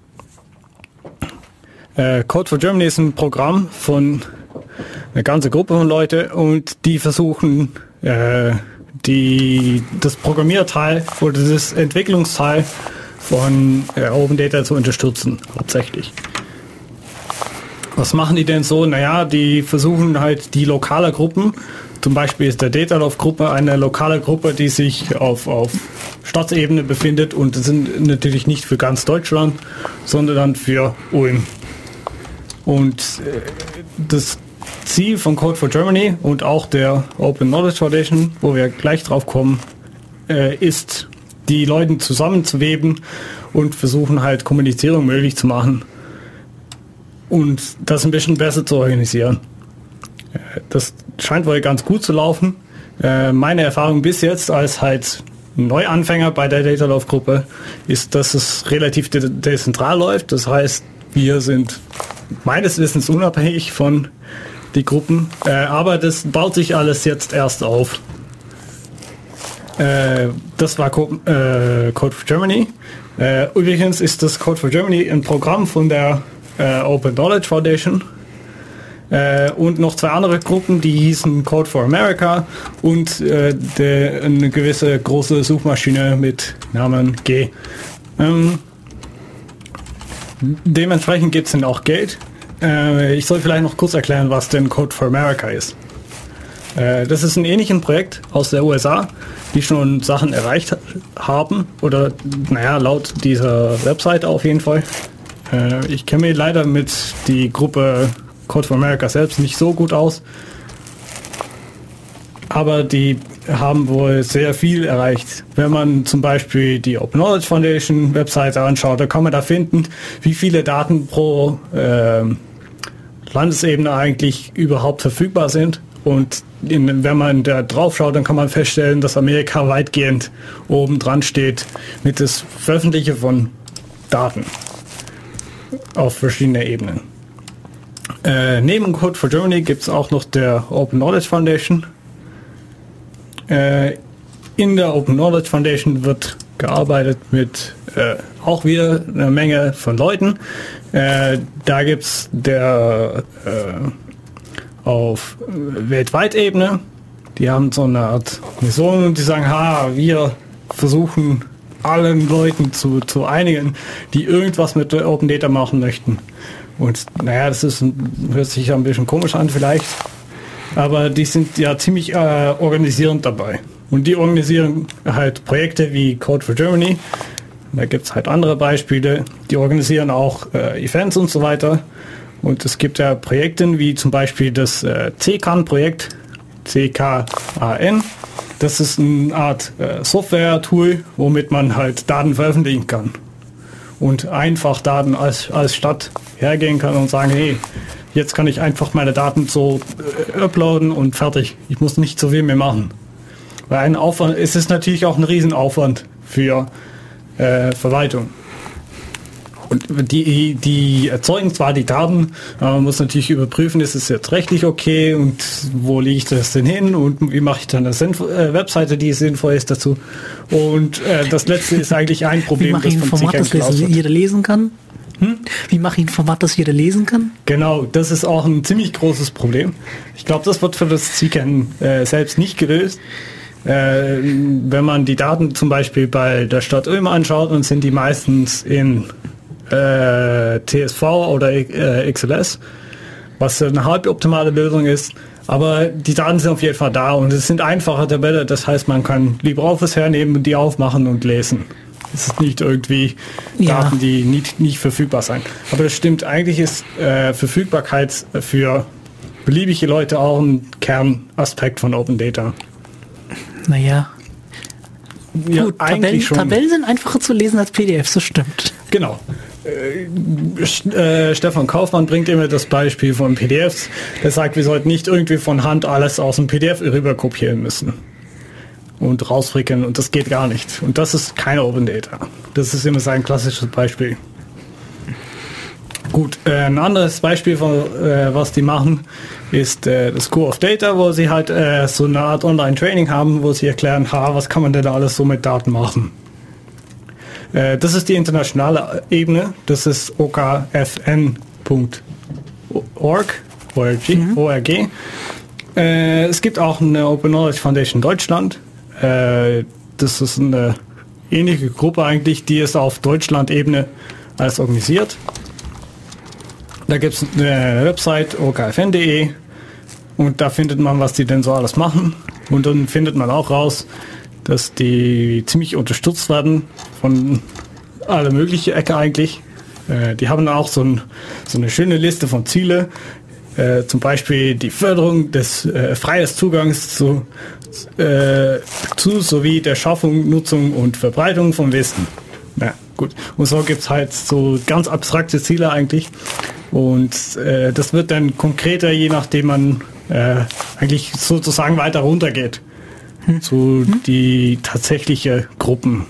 Code for Germany ist ein Programm von einer ganzen Gruppe von Leuten und die versuchen das Programmierteil oder das Entwicklungsteil von Open Data zu unterstützen, hauptsächlich. Was machen die denn so? Naja, die versuchen halt die lokale Gruppen, zum Beispiel ist der Datalove-Gruppe eine lokale Gruppe, die sich auf Staatsebene befindet und das sind natürlich nicht für ganz Deutschland, sondern dann für Ulm. Und das Ziel von Code for Germany und auch der Open Knowledge Foundation, wo wir gleich drauf kommen, ist, die Leute zusammenzuweben und versuchen halt Kommunizierung möglich zu machen und das ein bisschen besser zu organisieren. Das scheint wohl ganz gut zu laufen. Meine Erfahrung bis jetzt als halt Neuanfänger bei der Datalove-Gruppe ist, dass es relativ dezentral läuft. Das heißt, wir sind meines Wissens unabhängig von die Gruppen, aber das baut sich alles jetzt erst auf. Das war Code for Germany. Übrigens ist das Code for Germany ein Programm von der Open Knowledge Foundation und noch zwei andere Gruppen, die hießen Code for America und eine gewisse große Suchmaschine mit Namen G. Dementsprechend gibt es dann auch Geld. Ich soll vielleicht noch kurz erklären, was denn Code for America ist. Das ist ein ähnliches Projekt aus der USA, die schon Sachen erreicht haben, oder naja, laut dieser Webseite auf jeden Fall. Ich kenne mich leider mit die Gruppe Code for America selbst nicht so gut aus, aber die haben wohl sehr viel erreicht. Wenn man zum Beispiel die Open Knowledge Foundation Webseite anschaut, da kann man da finden, wie viele Daten pro Landesebene eigentlich überhaupt verfügbar sind. Und wenn man da drauf schaut, dann kann man feststellen, dass Amerika weitgehend oben dran steht mit das Veröffentlichen von Daten auf verschiedene Ebenen. Neben Code for Germany gibt es auch noch der Open Knowledge Foundation. In der Open Knowledge Foundation wird gearbeitet mit auch wieder einer Menge von Leuten. Da gibt es auf weltweit Ebene, die haben so eine Art Mission und die sagen, wir versuchen allen Leuten zu einigen, die irgendwas mit Open Data machen möchten. Und naja, hört sich ja ein bisschen komisch an vielleicht, aber die sind ja ziemlich organisierend dabei. Und die organisieren halt Projekte wie Code for Germany. Da gibt es halt andere Beispiele. Die organisieren auch Events und so weiter. Und es gibt ja Projekte wie zum Beispiel das CKAN-Projekt, CKAN. Das ist eine Art Software-Tool, womit man halt Daten veröffentlichen kann. Und einfach Daten als Stadt hergehen kann und sagen, hey, jetzt kann ich einfach meine Daten so uploaden und fertig. Ich muss nicht so viel mehr machen. Weil es ist natürlich auch ein Riesenaufwand für Verwaltung. Und die erzeugen zwar die Daten, aber man muss natürlich überprüfen, ist es jetzt rechtlich okay und wo lege ich das denn hin und wie mache ich dann eine Webseite, die sinnvoll ist dazu. Und das letzte ist eigentlich ein Problem, wie mache ich ein Format, das jeder lesen kann? Wie mache ich ein Format, das jeder lesen kann? Genau, das ist auch ein ziemlich großes Problem. Ich glaube, das wird für das CKAN selbst nicht gelöst. Wenn man die Daten zum Beispiel bei der Stadt Ulm anschaut, dann sind die meistens in TSV oder XLS, was eine halboptimale Lösung ist. Aber die Daten sind auf jeden Fall da und es sind einfache Tabellen. Das heißt, man kann LibreOffice hernehmen und die aufmachen und lesen. Es ist nicht irgendwie Daten, die nicht verfügbar sind. Aber das stimmt, eigentlich ist Verfügbarkeit für beliebige Leute auch ein Kernaspekt von Open Data. Naja. Ja, gut, Tabellen sind einfacher zu lesen als PDFs, das stimmt. Genau. Stefan Kaufmann bringt immer das Beispiel von PDFs. Der sagt, wir sollten nicht irgendwie von Hand alles aus dem PDF rüber kopieren müssen und rausfrickeln und das geht gar nicht. Und das ist keine Open Data. Das ist immer sein klassisches Beispiel. Gut, ein anderes Beispiel von was die machen, ist das School of Data, wo sie halt so eine Art Online-Training haben, wo sie erklären, was kann man denn da alles so mit Daten machen. Das ist die internationale Ebene, das ist okfn.org. Es gibt auch eine Open Knowledge Foundation Deutschland. Das ist eine ähnliche Gruppe eigentlich, die ist auf Deutschland-Ebene als organisiert. Da gibt es eine Website okfn.de und da findet man, was die denn so alles machen. Und dann findet man auch raus, dass die ziemlich unterstützt werden von alle möglichen Ecke eigentlich. Die haben auch so eine schöne Liste von Ziele, zum Beispiel die Förderung des freies Zugangs zu sowie der Schaffung, Nutzung und Verbreitung von Wissen. Ja, gut. Und so gibt es halt so ganz abstrakte Ziele eigentlich. Und das wird dann konkreter, je nachdem man eigentlich sozusagen weiter runter geht zu die tatsächliche Gruppen.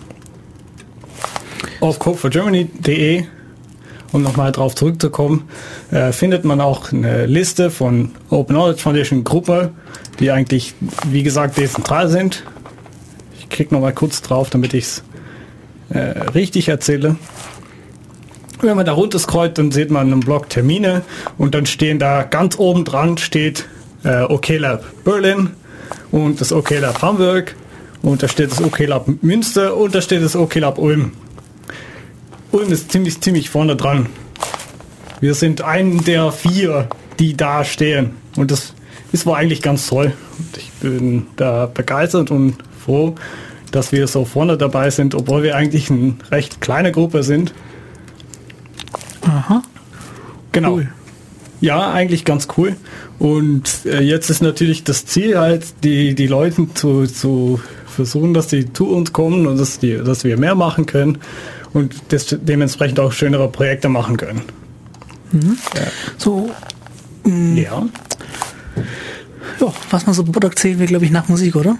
Auf codeforgermany.de, um nochmal drauf zurückzukommen, findet man auch eine Liste von Open Knowledge Foundation Gruppe, die eigentlich, wie gesagt, dezentral sind. Ich klicke nochmal kurz drauf, damit ich es richtig erzähle. Wenn man da runter scrollt, dann sieht man einen Blog Termine und dann stehen da ganz oben dran steht OKLab Berlin und das OKLab Hamburg und da steht das OKLab Münster und da steht das OKLab Ulm. Ulm ist ziemlich vorne dran. Wir sind einen der 4, die da stehen und das ist wohl eigentlich ganz toll. Und ich bin da begeistert und froh, dass wir so vorne dabei sind, obwohl wir eigentlich eine recht kleine Gruppe sind. Aha. Genau. Cool. Ja, eigentlich ganz cool. Und jetzt ist natürlich das Ziel halt, die Leute zu versuchen, dass die zu uns kommen und dass wir mehr machen können und dementsprechend auch schönere Projekte machen können. Mhm. Ja. So. Ja. Ja, was man so erzählen wir, glaube ich, nach Musik, oder?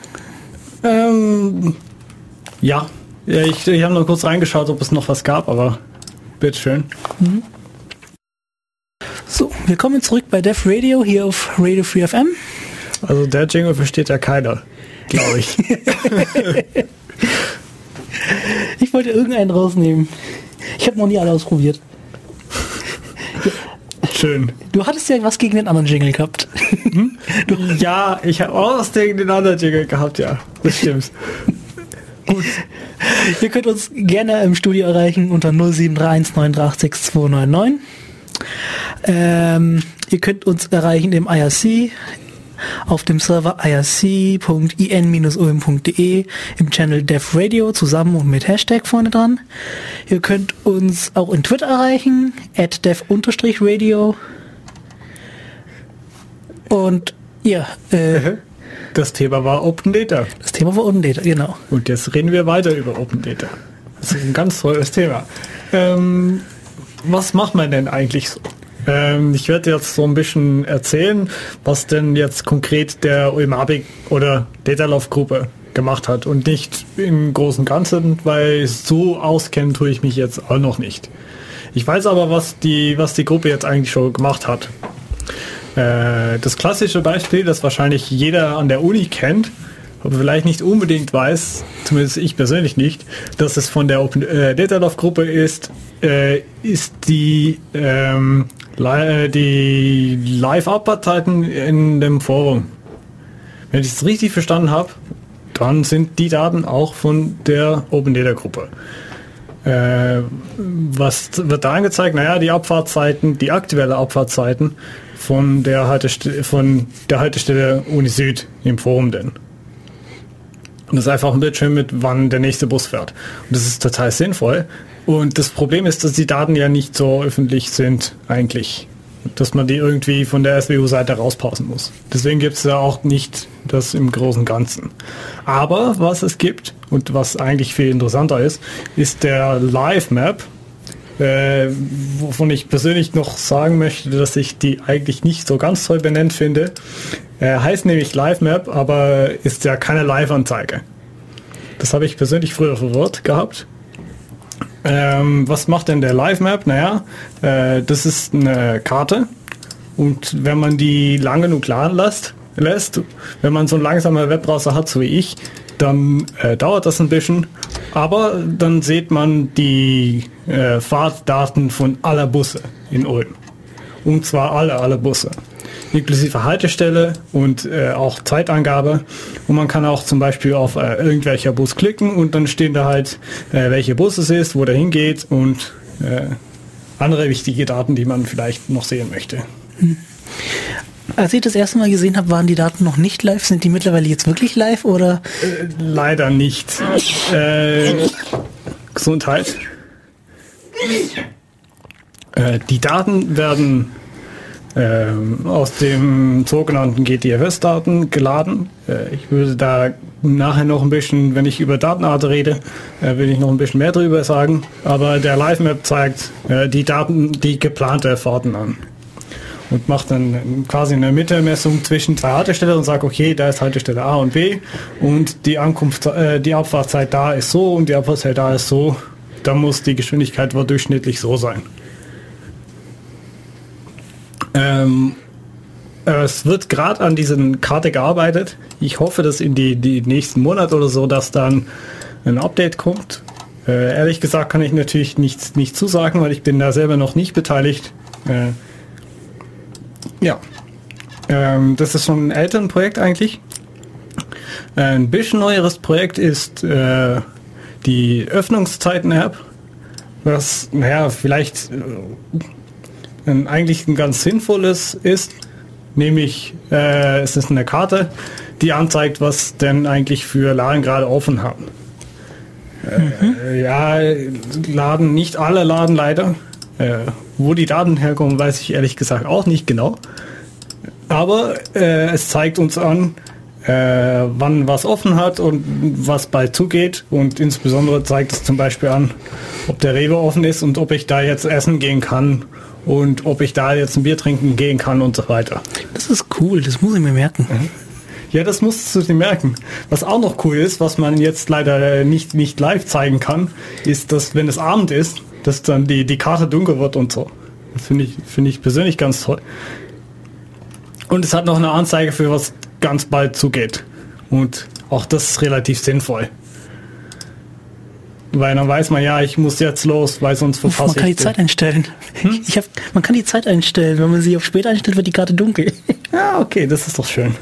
Ja. Ich habe noch kurz reingeschaut, ob es noch was gab, aber bitteschön. Mhm. So, willkommen zurück bei Def Radio hier auf Radio Free FM. Also der Jingle versteht ja keiner, glaube ich. Ich wollte irgendeinen rausnehmen. Ich habe noch nie alle ausprobiert. Schön. Du hattest ja was gegen den anderen Jingle gehabt. Hm? Ja, ich habe auch was gegen den anderen Jingle gehabt, ja. Das stimmt. Gut. Ihr könnt uns gerne im Studio erreichen unter 0731 986 6299. Ihr könnt uns erreichen im IRC auf dem Server irc.in-ulm.de im Channel Def Radio zusammen und mit Hashtag vorne dran. Ihr könnt uns auch in Twitter erreichen @def_radio und ja, das Thema war Open Data. Das Thema war Open Data, genau. Und jetzt reden wir weiter über Open Data. Das ist ein ganz tolles Thema. Was macht man denn eigentlich so? Ich werde jetzt so ein bisschen erzählen, was denn jetzt konkret der UMABIC oder Datalove-Gruppe gemacht hat und nicht im Großen und Ganzen, weil so auskennen tue ich mich jetzt auch noch nicht. Ich weiß aber, was die Gruppe jetzt eigentlich schon gemacht hat. Das klassische Beispiel, das wahrscheinlich jeder an der Uni kennt, aber vielleicht nicht unbedingt weiß, zumindest ich persönlich nicht, dass es von der Open Datalove Gruppe ist die Live-Upload-Zeiten in dem Forum. Wenn ich es richtig verstanden habe, dann sind die Daten auch von der Open Data Gruppe. Was wird da angezeigt? Naja, die Abfahrtzeiten, die aktuelle Abfahrtzeiten von der Haltestelle Uni Süd im Forum denn. Und das ist einfach ein Bildschirm mit, wann der nächste Bus fährt. Und das ist total sinnvoll. Und das Problem ist, dass die Daten ja nicht so öffentlich sind eigentlich. Dass man die irgendwie von der SWU-Seite rauspausen muss. Deswegen gibt es ja auch nicht das im Großen und Ganzen. Aber was es gibt und was eigentlich viel interessanter ist der Live-Map, wovon ich persönlich noch sagen möchte, dass ich die eigentlich nicht so ganz toll benannt finde. Heißt nämlich Live-Map, aber ist ja keine Live-Anzeige. Das habe ich persönlich früher verwirrt gehabt. Was macht denn der Live-Map? Naja, das ist eine Karte und wenn man die lang genug laden lässt, wenn man so einen langsamen Webbrowser hat, so wie ich, dann dauert das ein bisschen, aber dann sieht man die Fahrtdaten von aller Busse in Ulm. Und zwar alle Busse. Inklusive Haltestelle und auch Zeitangabe. Und man kann auch zum Beispiel auf irgendwelcher Bus klicken und dann stehen da halt, welche Bus es ist, wo der hingeht und andere wichtige Daten, die man vielleicht noch sehen möchte. Als ich das erste Mal gesehen habe, waren die Daten noch nicht live. Sind die mittlerweile jetzt wirklich live oder? Leider nicht. Gesundheit. Die Daten werden aus dem sogenannten GTFS-Daten geladen. Ich würde da nachher noch ein bisschen, wenn ich über Datenart rede, will ich noch ein bisschen mehr darüber sagen. Aber der Live-Map zeigt die Daten, die geplante Fahrten an. Und macht dann quasi eine Mittelmessung zwischen zwei Haltestellen und sagt, okay, da ist Haltestelle A und B und die Abfahrtzeit da ist so und die Abfahrtzeit da ist so. Da muss die Geschwindigkeit wohl durchschnittlich so sein. Es wird gerade an diesen Karte gearbeitet. Ich hoffe, dass in die nächsten Monate oder so, dass dann ein Update kommt. Ehrlich gesagt kann ich natürlich nichts zusagen, weil ich bin da selber noch nicht beteiligt. Das ist schon ein älteres Projekt eigentlich. Ein bisschen neueres Projekt ist die Öffnungszeiten-App, was vielleicht eigentlich ein ganz sinnvolles ist, nämlich es ist eine Karte, die anzeigt, was denn eigentlich für Laden gerade offen haben. Nicht alle Laden leider. Wo die Daten herkommen, weiß ich ehrlich gesagt auch nicht genau. Aber es zeigt uns an, wann was offen hat und was bald zugeht. Und insbesondere zeigt es zum Beispiel an, ob der Rewe offen ist und ob ich da jetzt essen gehen kann und ob ich da jetzt ein Bier trinken gehen kann und so weiter. Das ist cool, das muss ich mir merken. Ja, das musst du dir merken. Was auch noch cool ist, was man jetzt leider nicht live zeigen kann, ist, dass wenn es Abend ist, dass dann die Karte dunkel wird und so. Das finde ich persönlich ganz toll. Und es hat noch eine Anzeige für was ganz bald zugeht. Und auch das ist relativ sinnvoll. Weil dann weiß man, ja, ich muss jetzt los, weil sonst verpasse ich. Man kann die Zeit einstellen. Man kann die Zeit einstellen. Wenn man sie auf später einstellt, wird die Karte dunkel. Ja, okay, das ist doch schön.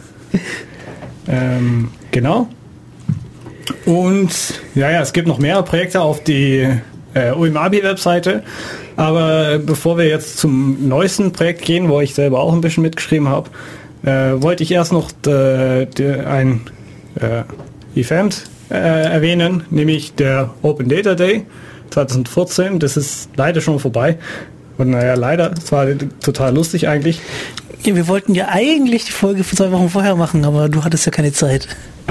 Genau. Und ja, es gibt noch mehrere Projekte auf die UMABI-Webseite. Aber bevor wir jetzt zum neuesten Projekt gehen, wo ich selber auch ein bisschen mitgeschrieben habe, wollte ich erst noch ein Event erwähnen, nämlich der Open Data Day 2014. Das ist leider schon vorbei. Und naja, leider, es war total lustig eigentlich. Ja, wir wollten ja eigentlich die Folge 2 Wochen vorher machen, aber du hattest ja keine Zeit.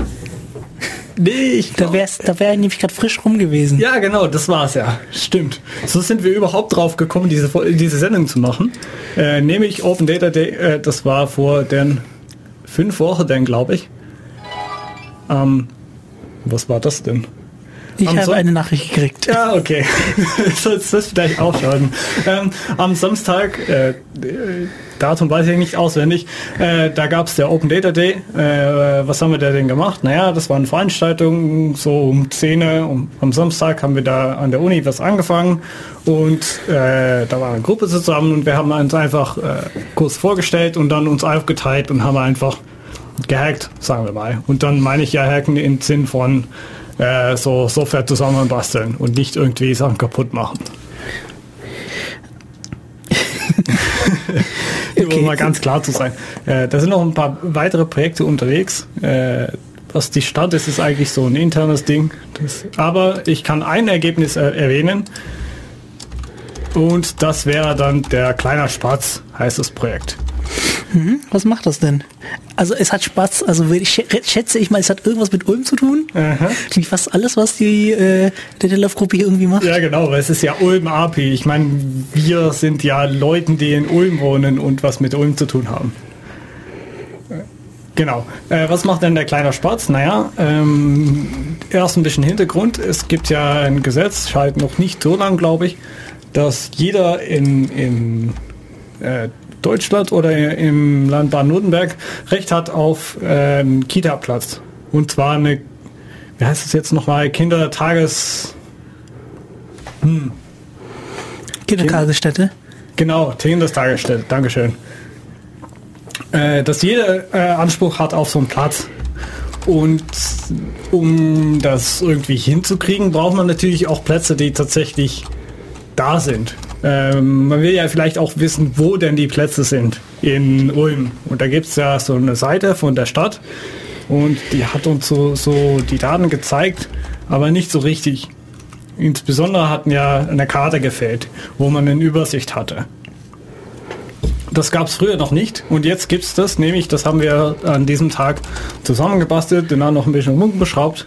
Nee, da wäre nämlich gerade frisch rum gewesen. Ja, genau, das war's ja. Stimmt. So sind wir überhaupt drauf gekommen, diese Sendung zu machen. Nämlich Open Data Day, das war vor den 5 Wochen, dann glaube ich. Was war das denn? Ich habe eine Nachricht gekriegt. Ja, okay. Sollst das vielleicht aufschreiben. Am Samstag, Datum weiß ich nicht auswendig, da gab es der Open Data Day. Was haben wir da denn gemacht? Naja, das war eine Veranstaltung, so um 10 Uhr. Am Samstag haben wir da an der Uni was angefangen und da war eine Gruppe zusammen und wir haben uns einfach kurz vorgestellt und dann uns aufgeteilt und haben einfach gehackt, sagen wir mal. Und dann meine ich ja hacken im Sinn von so Software zusammenbasteln und nicht irgendwie Sachen kaputt machen. Okay. Um mal ganz klar zu sein. Da sind noch ein paar weitere Projekte unterwegs. Was die Stadt ist eigentlich so ein internes Ding. Aber ich kann ein Ergebnis erwähnen. Und das wäre dann der Kleiner Spatz, heißt das Projekt. Was macht das denn? Also es hat Spaß, also schätze ich mal, es hat irgendwas mit Ulm zu tun. Wie fast alles, was die Detlef-Gruppe hier irgendwie macht. Ja genau, weil es ist ja Ulm-API. Ich meine, wir sind ja Leute, die in Ulm wohnen und was mit Ulm zu tun haben. Genau. Was macht denn der Kleiner Spatz? Naja, erst ein bisschen Hintergrund. Es gibt ja ein Gesetz, halt noch nicht so lang, glaube ich, dass jeder in Deutschland oder im Land Baden-Württemberg Recht hat auf einen Kita-Platz. Und zwar eine, wie heißt es jetzt nochmal, Kindertagesstätte. Genau, Kindertagesstätte, Dankeschön. Dass jeder Anspruch hat auf so einen Platz. Und um das irgendwie hinzukriegen, braucht man natürlich auch Plätze, die tatsächlich da sind. Man will ja vielleicht auch wissen, wo denn die Plätze sind in Ulm. Und da gibt es ja so eine Seite von der Stadt und die hat uns so die Daten gezeigt, aber nicht so richtig. Insbesondere hatten ja eine Karte gefehlt, wo man eine Übersicht hatte. Das gab es früher noch nicht und jetzt gibt es das, nämlich das haben wir an diesem Tag zusammengebastelt, dann noch ein bisschen rumgeschraubt.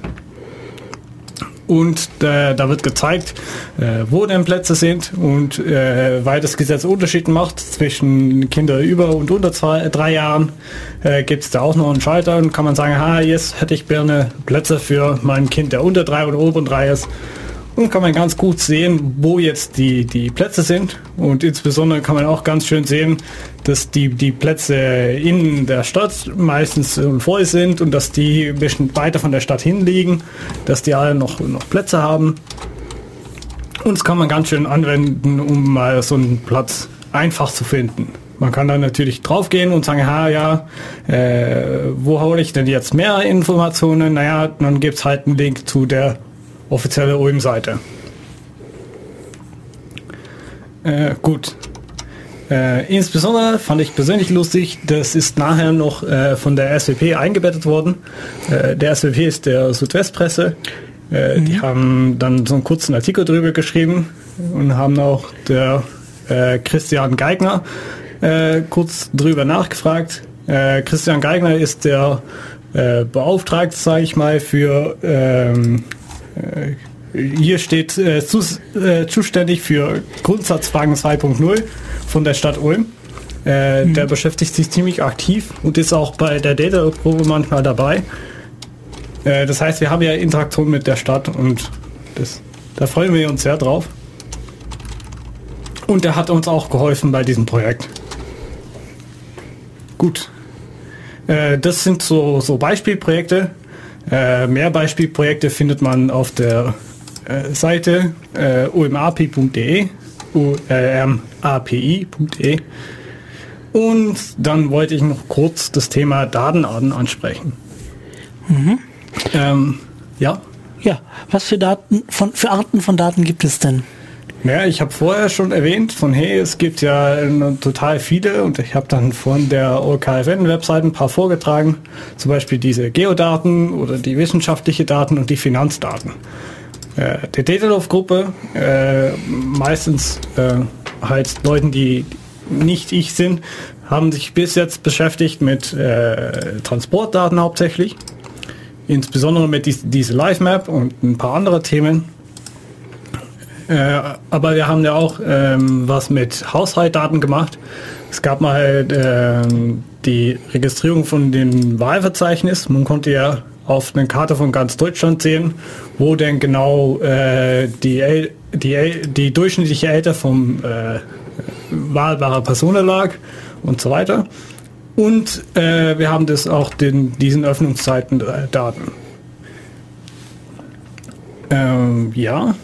Und da wird gezeigt, wo denn Plätze sind und weil das Gesetz Unterschiede macht zwischen Kinder über und unter 3 Jahren, gibt es da auch noch einen Schalter und kann man sagen, jetzt hätte ich gerne Plätze für mein Kind, der unter 3 oder ober 3 ist. Und kann man ganz gut sehen, wo jetzt die Plätze sind. Und insbesondere kann man auch ganz schön sehen, dass die Plätze in der Stadt meistens voll sind und dass die ein bisschen weiter von der Stadt hin liegen, dass die alle noch Plätze haben. Und das kann man ganz schön anwenden, um mal so einen Platz einfach zu finden. Man kann dann natürlich draufgehen und sagen, wo hole ich denn jetzt mehr Informationen? Naja, dann gibt es halt einen Link zu der offizielle Ulm-Seite. Gut. Insbesondere fand ich persönlich lustig, das ist nachher noch von der SWP eingebettet worden. Der SWP ist der Südwestpresse. Die haben dann so einen kurzen Artikel drüber geschrieben und haben auch der Christian Geigner kurz drüber nachgefragt. Christian Geigner ist der Beauftragte, sage ich mal, für hier steht zuständig für Grundsatzfragen 2.0 von der Stadt Ulm. Der beschäftigt sich ziemlich aktiv und ist auch bei der Data-Probe manchmal dabei. Das heißt, wir haben ja Interaktion mit der Stadt und da freuen wir uns sehr drauf. Und er hat uns auch geholfen bei diesem Projekt. Gut. Das sind so Beispielprojekte. Mehr Beispielprojekte findet man auf der Seite ulmapi.de, ulmapi.de. Und dann wollte ich noch kurz das Thema Datenarten ansprechen. Ja. Ja, was für Arten von Daten gibt es denn? Ja, ich habe vorher schon erwähnt, es gibt ja total viele und ich habe dann von der OKFN-Webseite ein paar vorgetragen, zum Beispiel diese Geodaten oder die wissenschaftliche Daten und die Finanzdaten. Die Datalove-Gruppe, meistens halt Leuten, die nicht ich sind, haben sich bis jetzt beschäftigt mit Transportdaten hauptsächlich, insbesondere mit diese Live-Map und ein paar andere Themen. Aber wir haben ja auch was mit Haushaltsdaten gemacht. Es gab mal die Registrierung von dem Wahlverzeichnis. Man konnte ja auf einer Karte von ganz Deutschland sehen, wo denn genau die durchschnittliche Alter vom wahlbarer Person lag und so weiter. Und wir haben das auch diesen Öffnungszeiten Daten. Ja.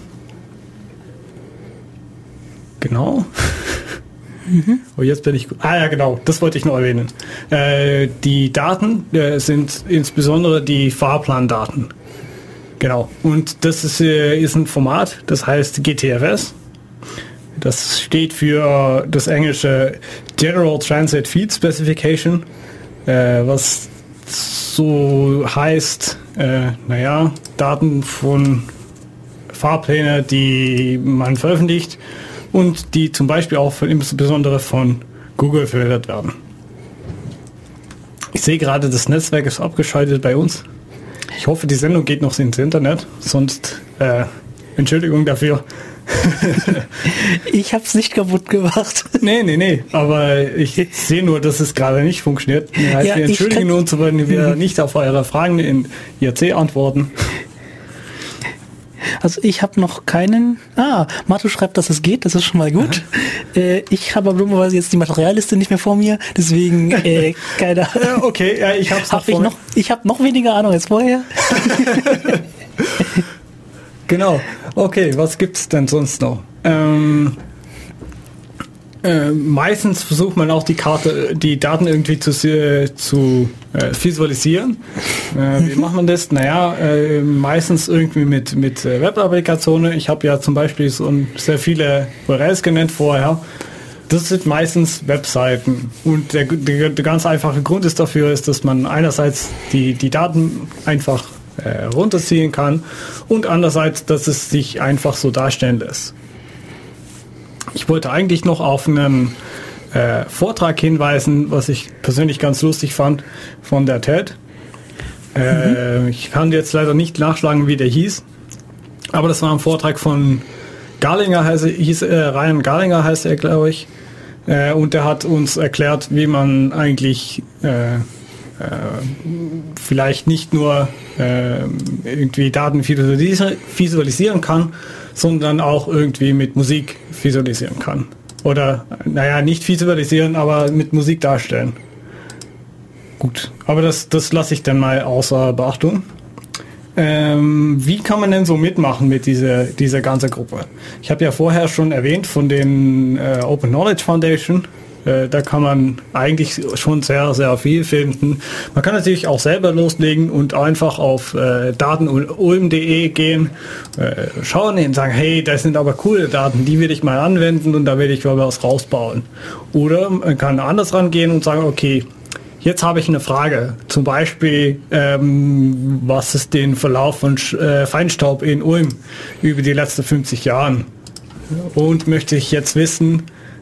Genau. Oh, jetzt bin ich... ja, genau, das wollte ich noch erwähnen. Die Daten sind insbesondere die Fahrplandaten. Genau. Und das ist ein Format, das heißt GTFS. Das steht für das englische General Transit Feed Specification, was so heißt, Daten von Fahrplänen, die man veröffentlicht und die zum Beispiel auch insbesondere von Google verwendet werden. Ich sehe gerade, das Netzwerk ist abgeschaltet bei uns. Ich hoffe, die Sendung geht noch ins Internet, sonst Entschuldigung dafür. Ich habe es nicht kaputt gemacht. Nee, aber ich sehe nur, dass es gerade nicht funktioniert. Das heißt, wir entschuldigen uns, wenn wir nicht auf eure Fragen in IRC antworten. Also ich habe noch keinen... Matu schreibt, dass es geht, das ist schon mal gut. Ich habe aber dummerweise jetzt die Materialliste nicht mehr vor mir, deswegen keine Ahnung. Okay, ja, ich hab's noch ich habe noch weniger Ahnung als vorher. Genau. Okay, was gibt's denn sonst noch? Meistens versucht man auch die Daten irgendwie zu visualisieren. Wie macht man das? Meistens irgendwie mit Web-Applikationen. Ich habe ja zum Beispiel sehr viele URLs genannt vorher. Das sind meistens Webseiten. Und der ganz einfache Grund dafür ist, dass man einerseits die Daten einfach runterziehen kann und andererseits, dass es sich einfach so darstellen lässt. Ich wollte eigentlich noch auf einen Vortrag hinweisen, was ich persönlich ganz lustig fand, von der TED. Ich kann jetzt leider nicht nachschlagen, wie der hieß, aber das war ein Vortrag von Garlinger, Ryan Garlinger heißt er, glaube ich, und der hat uns erklärt, wie man eigentlich vielleicht nicht nur irgendwie Daten visualisieren kann, sondern auch irgendwie mit Musik visualisieren kann. Oder, nicht visualisieren, aber mit Musik darstellen. Gut, aber das lasse ich dann mal außer Beachtung. Wie kann man denn so mitmachen mit dieser ganzen Gruppe? Ich habe ja vorher schon erwähnt von den Open Knowledge Foundation. Da kann man eigentlich schon sehr, sehr viel finden. Man kann natürlich auch selber loslegen und einfach auf datenulm.de gehen, schauen und sagen, hey, das sind aber coole Daten, die will ich mal anwenden und da will ich mal was rausbauen. Oder man kann anders rangehen und sagen, okay, jetzt habe ich eine Frage. Zum Beispiel, was ist den Verlauf von Feinstaub in Ulm über die letzten 50 Jahren? Und möchte ich jetzt wissen,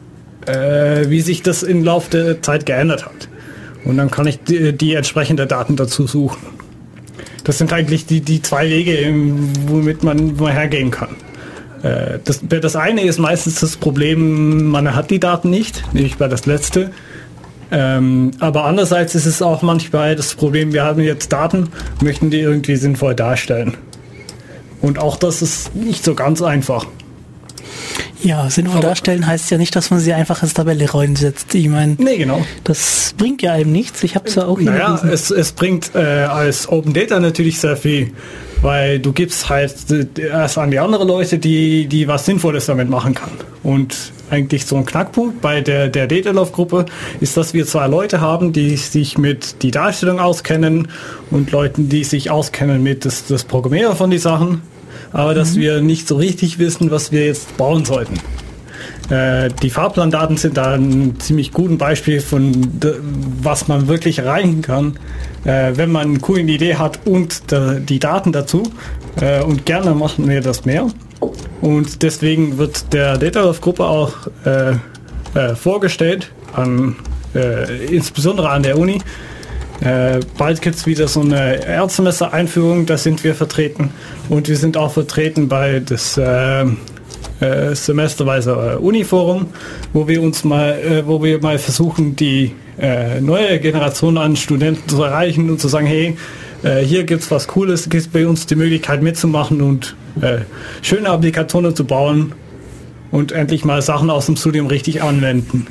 wie sich das im Laufe der Zeit geändert hat. Und dann kann ich die entsprechenden Daten dazu suchen. Das sind eigentlich die zwei Wege, womit man hergehen kann. Das eine ist meistens das Problem, man hat die Daten nicht, nämlich bei das letzte. Aber andererseits ist es auch manchmal das Problem, wir haben jetzt Daten, möchten die irgendwie sinnvoll darstellen. Und auch das ist nicht so ganz einfach. Ja, sinnvoll darstellen heißt ja nicht, dass man sie einfach als Tabelle reinsetzt. Ich meine, nee, genau. Das bringt ja einem nichts. Ich habe es ja auch hier. Naja, es bringt als Open Data natürlich sehr viel, weil du gibst halt erst an die anderen Leute, die was Sinnvolles damit machen kann. Und eigentlich so ein Knackpunkt bei der Datalove-Gruppe ist, dass wir 2 Leute haben, die sich mit die Darstellung auskennen und Leuten, die sich auskennen mit das Programmieren von die Sachen. Aber dass wir nicht so richtig wissen, was wir jetzt bauen sollten. Die Fahrplandaten sind da ein ziemlich gutes Beispiel von was man wirklich erreichen kann, wenn man eine coole Idee hat und die Daten dazu. Und gerne machen wir das mehr. Und deswegen wird der Datalove-Gruppe auch vorgestellt, insbesondere an der Uni. Bald gibt es wieder so eine Erstsemester-Einführung, da sind wir vertreten und wir sind auch vertreten bei das semesterweise Uniforum, wo wir mal versuchen, die neue Generation an Studenten zu erreichen und zu sagen, hey, hier gibt's was Cooles, gibt bei uns die Möglichkeit mitzumachen und schöne Applikationen zu bauen und endlich mal Sachen aus dem Studium richtig anwenden.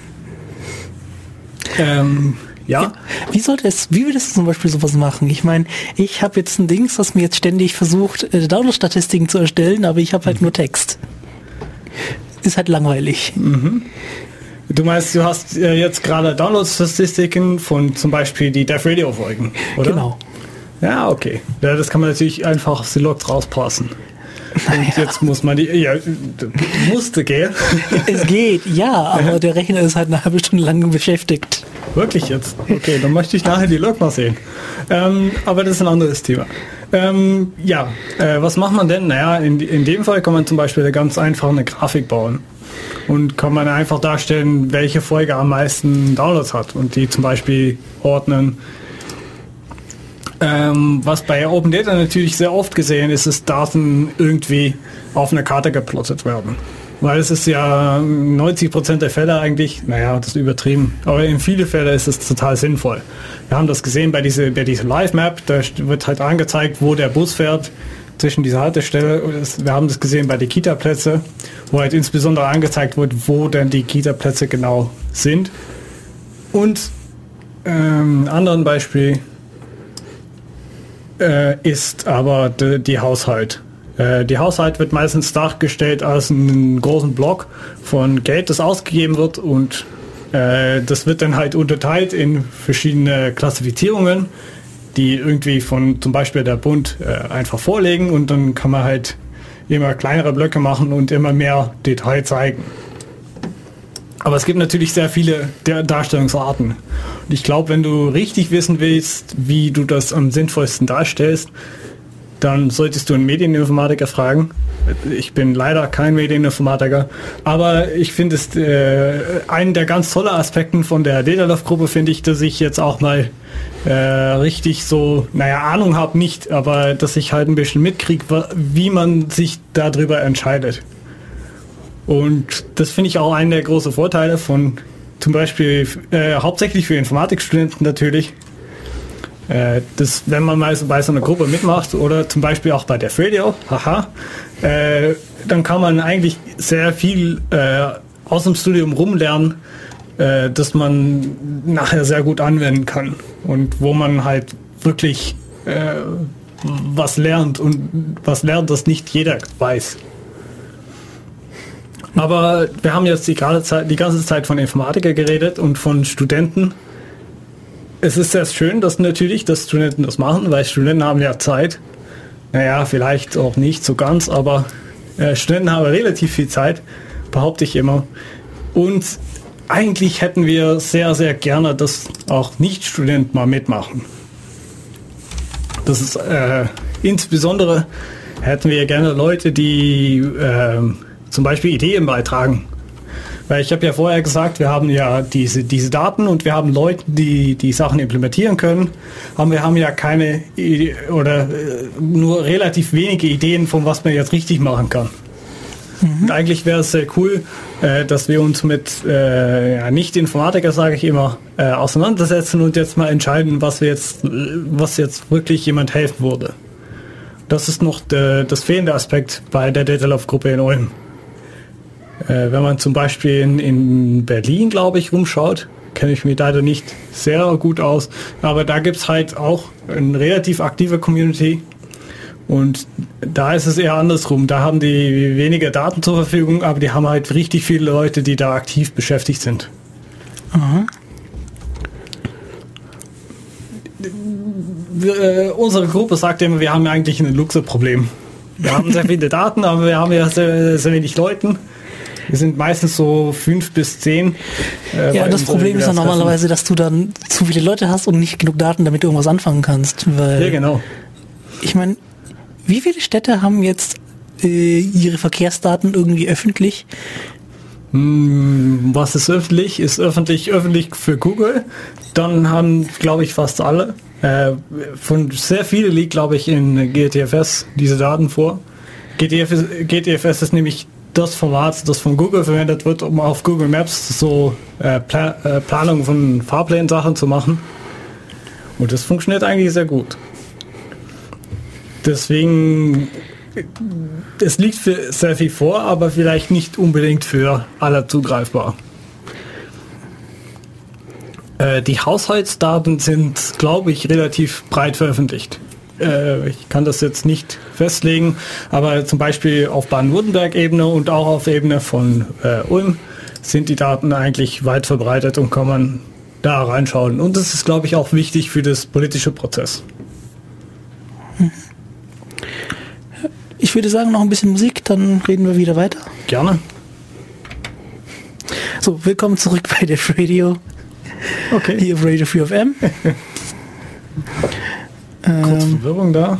Ja. Wie würdest du zum Beispiel sowas machen? Ich meine, ich habe jetzt ein Dings, das mir jetzt ständig versucht, Download-Statistiken zu erstellen, aber ich habe halt nur Text. Ist halt langweilig. Mhm. Du meinst, du hast jetzt gerade Download-Statistiken von zum Beispiel die Dev Radio-Folgen, oder? Genau. Ja, okay. Ja, das kann man natürlich einfach auf die Logs rauspassen. Und jetzt muss man musste gehen. Es geht, ja, aber der Rechner ist halt eine halbe Stunde lang beschäftigt. Wirklich jetzt? Okay, dann möchte ich nachher die Log mal sehen. Aber das ist ein anderes Thema. Was macht man denn? Naja, in dem Fall kann man zum Beispiel ganz einfach eine Grafik bauen. Und kann man einfach darstellen, welche Folge am meisten Downloads hat. Und die zum Beispiel ordnen. Was bei Open Data natürlich sehr oft gesehen ist, ist Daten irgendwie auf einer Karte geplottet werden. Weil es ist ja 90% der Fälle eigentlich, naja, das ist übertrieben, aber in vielen Fällen ist es total sinnvoll. Wir haben das gesehen bei dieser Live-Map, da wird halt angezeigt, wo der Bus fährt zwischen dieser Haltestelle. Wir haben das gesehen bei den Kita-Plätzen, wo halt insbesondere angezeigt wird, wo denn die Kita-Plätze genau sind. Und ein anderes Beispiel ist aber die Haushalt. Die Haushalt wird meistens dargestellt als einen großen Block von Geld, das ausgegeben wird und das wird dann halt unterteilt in verschiedene Klassifizierungen, die irgendwie von zum Beispiel der Bund einfach vorlegen und dann kann man halt immer kleinere Blöcke machen und immer mehr Detail zeigen. Aber es gibt natürlich sehr viele Darstellungsarten. Und ich glaube, wenn du richtig wissen willst, wie du das am sinnvollsten darstellst, dann solltest du einen Medieninformatiker fragen. Ich bin leider kein Medieninformatiker, aber ich finde es einen der ganz tollen Aspekten von der Datalove-Gruppe, finde ich, dass ich jetzt auch mal richtig so, Ahnung habe nicht, aber dass ich halt ein bisschen mitkriege, wie man sich darüber entscheidet. Und das finde ich auch einen der großen Vorteile von zum Beispiel hauptsächlich für Informatikstudenten natürlich, dass wenn man mal bei so einer Gruppe mitmacht oder zum Beispiel auch bei der Radio, dann kann man eigentlich sehr viel aus dem Studium rumlernen, dass man nachher sehr gut anwenden kann und wo man halt wirklich was lernt und was lernt, das nicht jeder weiß. Aber wir haben jetzt die ganze Zeit von Informatiker geredet und von Studenten. Es ist sehr schön, dass Studenten das machen, weil Studenten haben ja Zeit. Naja, vielleicht auch nicht so ganz, aber Studenten haben relativ viel Zeit, behaupte ich immer. Und eigentlich hätten wir sehr, sehr gerne, dass auch Nicht-Studenten mal mitmachen. Das ist insbesondere hätten wir gerne Leute, die zum Beispiel Ideen beitragen. Weil ich habe ja vorher gesagt, wir haben ja diese Daten und wir haben Leute, die Sachen implementieren können. Aber wir haben ja keine oder nur relativ wenige Ideen, von was man jetzt richtig machen kann. Und eigentlich wäre es sehr cool, dass wir uns mit Nicht-Informatiker, sage ich immer, auseinandersetzen und jetzt mal entscheiden, was jetzt wirklich jemand helfen würde. Das ist noch das fehlende Aspekt bei der Datalove-Gruppe in Ulm. Wenn man zum Beispiel in Berlin, glaube ich, rumschaut, kenne ich mich leider nicht sehr gut aus, aber da gibt es halt auch eine relativ aktive Community. Und da ist es eher andersrum. Da haben die weniger Daten zur Verfügung, aber die haben halt richtig viele Leute, die da aktiv beschäftigt sind. Aha. Unsere Gruppe sagt immer, wir haben eigentlich ein Luxusproblem. Wir haben sehr viele Daten, aber wir haben ja sehr, sehr wenig Leuten. Wir sind meistens so 5 bis 10. Ja, das Problem ist ja normalerweise, dass du dann zu viele Leute hast und nicht genug Daten, damit du irgendwas anfangen kannst. Weil ja, genau. Ich meine, wie viele Städte haben jetzt ihre Verkehrsdaten irgendwie öffentlich? Was ist öffentlich? Ist öffentlich für Google. Dann haben, glaube ich, fast alle. Von sehr viele liegt, glaube ich, in GTFS diese Daten vor. GTFS ist nämlich das Format, das von Google verwendet wird, um auf Google Maps so Planung von Fahrplan-Sachen zu machen. Und das funktioniert eigentlich sehr gut. Deswegen, es liegt für sehr viel vor, aber vielleicht nicht unbedingt für alle zugreifbar. Die Haushaltsdaten sind, glaube ich, relativ breit veröffentlicht. Ich kann das jetzt nicht festlegen, aber zum Beispiel auf Baden-Württemberg-Ebene und auch auf Ebene von Ulm sind die Daten eigentlich weit verbreitet und kann man da reinschauen. Und das ist, glaube ich, auch wichtig für das politische Prozess. Ich würde sagen, noch ein bisschen Musik, dann reden wir wieder weiter. Gerne. So, willkommen zurück bei Dev Radio. Okay. Hier auf Radio 4 FM. Kurz Verwirrung da.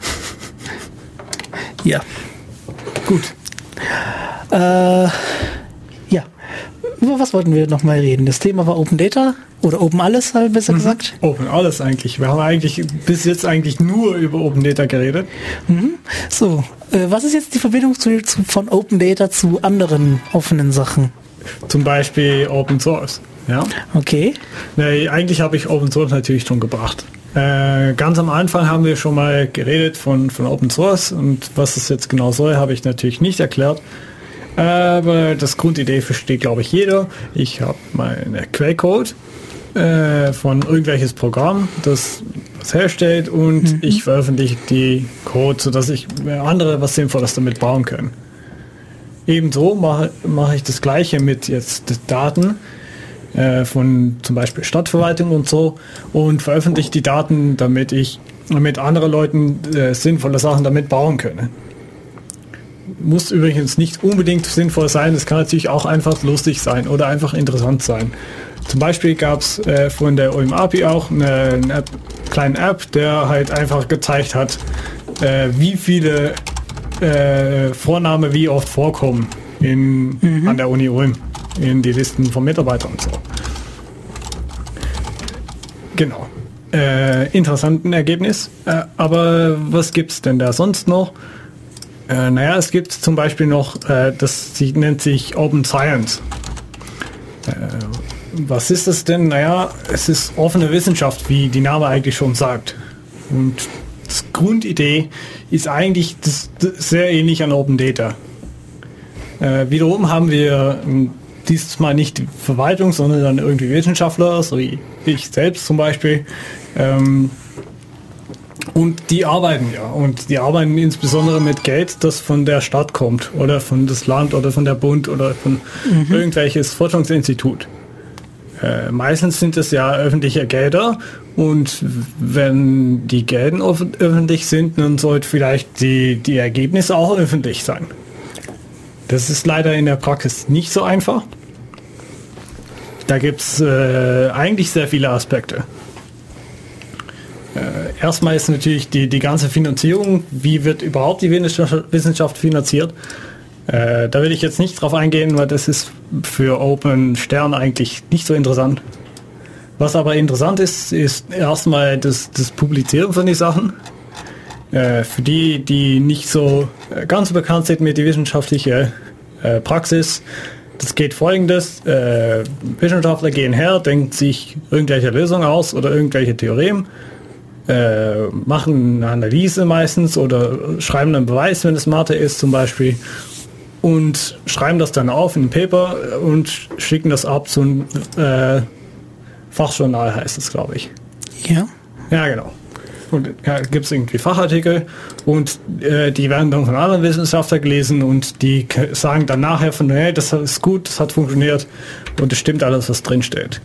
Ja. Gut. Ja. Über was wollten wir noch mal reden? Das Thema war Open Data oder Open Alles, halt besser gesagt. Open Alles eigentlich. Wir haben eigentlich bis jetzt eigentlich nur über Open Data geredet. So, was ist jetzt die Verbindung von Open Data zu anderen offenen Sachen? Zum Beispiel Open Source. Ja. Okay. Nee, eigentlich habe ich Open Source natürlich schon gebracht. Ganz am Anfang haben wir schon mal geredet von Open Source und was es jetzt genau soll, habe ich natürlich nicht erklärt. Aber das Grundidee versteht, glaube ich, jeder. Ich habe meine Quellcode von irgendwelches Programm, das was herstellt und ich veröffentliche die Code, sodass ich andere was Sinnvolles damit bauen können. Ebenso mache ich das Gleiche mit jetzt Daten von zum Beispiel Stadtverwaltung und so und veröffentliche die Daten, damit andere Leuten sinnvolle Sachen damit bauen können. Muss übrigens nicht unbedingt sinnvoll sein, es kann natürlich auch einfach lustig sein oder einfach interessant sein. Zum Beispiel gab es von der Ulm API auch eine kleine App, der halt einfach gezeigt hat, wie viele Vorname wie oft vorkommen an der Uni Ulm in die Listen von Mitarbeitern und so. Genau. Interessanten Ergebnis. Aber was gibt es denn da sonst noch? Es gibt zum Beispiel noch, das nennt sich Open Science. Was ist das denn? Es ist offene Wissenschaft, wie die Name eigentlich schon sagt. Und die Grundidee ist eigentlich sehr ähnlich an Open Data. Wiederum haben wir dieses Mal nicht die Verwaltung, sondern dann irgendwie Wissenschaftler, so wie ich selbst zum Beispiel. Und die arbeiten ja. Und die arbeiten insbesondere mit Geld, das von der Stadt kommt oder von das Land oder von der Bund oder von irgendwelches Forschungsinstitut. Meistens sind es ja öffentliche Gelder und wenn die Gelder öffentlich sind, dann sollte vielleicht die Ergebnisse auch öffentlich sein. Das ist leider in der Praxis nicht so einfach. Da gibt es eigentlich sehr viele Aspekte. Erstmal ist natürlich die ganze Finanzierung, wie wird überhaupt die Wissenschaft finanziert. Da will ich jetzt nicht drauf eingehen, weil das ist für Open Stern eigentlich nicht so interessant. Was aber interessant ist erstmal das Publizieren von den Sachen. Für die nicht so ganz bekannt sind mit der wissenschaftlichen Praxis, das geht folgendes: Wissenschaftler gehen her, denken sich irgendwelche Lösungen aus oder irgendwelche Theoremen, machen eine Analyse meistens oder schreiben einen Beweis, wenn es Mathe ist zum Beispiel, und schreiben das dann auf in ein Paper und schicken das ab zu einem Fachjournal, heißt es, glaube ich. Ja. Ja, genau. Und ja, gibt es irgendwie Fachartikel und die werden dann von anderen Wissenschaftlern gelesen und die sagen dann nachher von, hey, das ist gut, das hat funktioniert und es stimmt alles, was drin steht.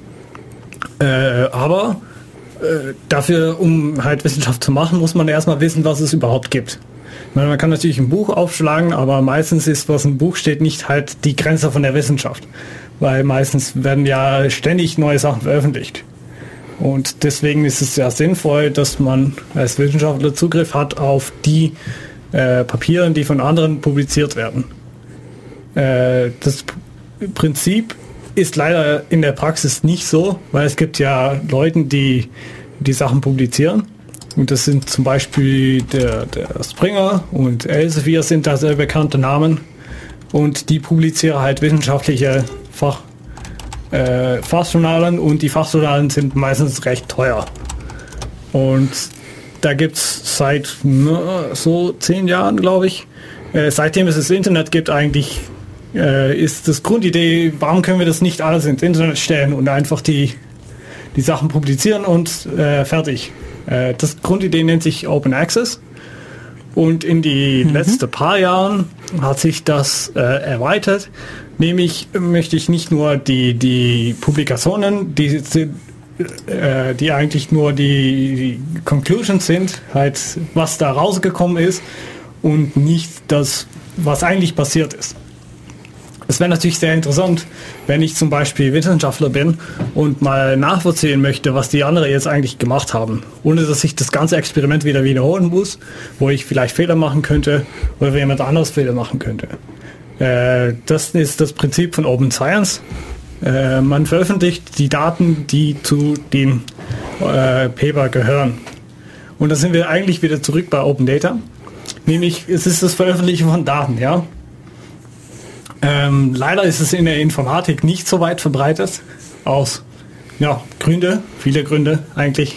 Aber dafür, um halt Wissenschaft zu machen, muss man erstmal wissen, was es überhaupt gibt. Ich meine, man kann natürlich ein Buch aufschlagen, aber meistens ist, was im Buch steht, nicht halt die Grenze von der Wissenschaft. Weil meistens werden ja ständig neue Sachen veröffentlicht. Und deswegen ist es sehr sinnvoll, dass man als Wissenschaftler Zugriff hat auf die Papiere, die von anderen publiziert werden. Das Prinzip ist leider in der Praxis nicht so, weil es gibt ja Leute, die Sachen publizieren. Und das sind zum Beispiel der Springer und Elsevier sind da sehr bekannte Namen. Und die publizieren halt wissenschaftliche Fachjournalen und die Fachjournalen sind meistens recht teuer. Und da gibt es seit so 10 Jahren, glaube ich, seitdem es das Internet gibt eigentlich, ist das Grundidee, warum können wir das nicht alles ins Internet stellen und einfach die Sachen publizieren und fertig. Das Grundidee nennt sich Open Access und in die letzten paar Jahren hat sich das erweitert. Nämlich möchte ich nicht nur die Publikationen, die eigentlich nur die Conclusions sind, halt was da rausgekommen ist und nicht das, was eigentlich passiert ist. Es wäre natürlich sehr interessant, wenn ich zum Beispiel Wissenschaftler bin und mal nachvollziehen möchte, was die anderen jetzt eigentlich gemacht haben, ohne dass ich das ganze Experiment wieder wiederholen muss, wo ich vielleicht Fehler machen könnte oder jemand anderes Fehler machen könnte. Das ist das Prinzip von Open Science. Man veröffentlicht die Daten, die zu dem Paper gehören. Und da sind wir eigentlich wieder zurück bei Open Data. Nämlich, es ist das Veröffentlichen von Daten, ja. Leider ist es in der Informatik nicht so weit verbreitet, aus viele Gründe eigentlich.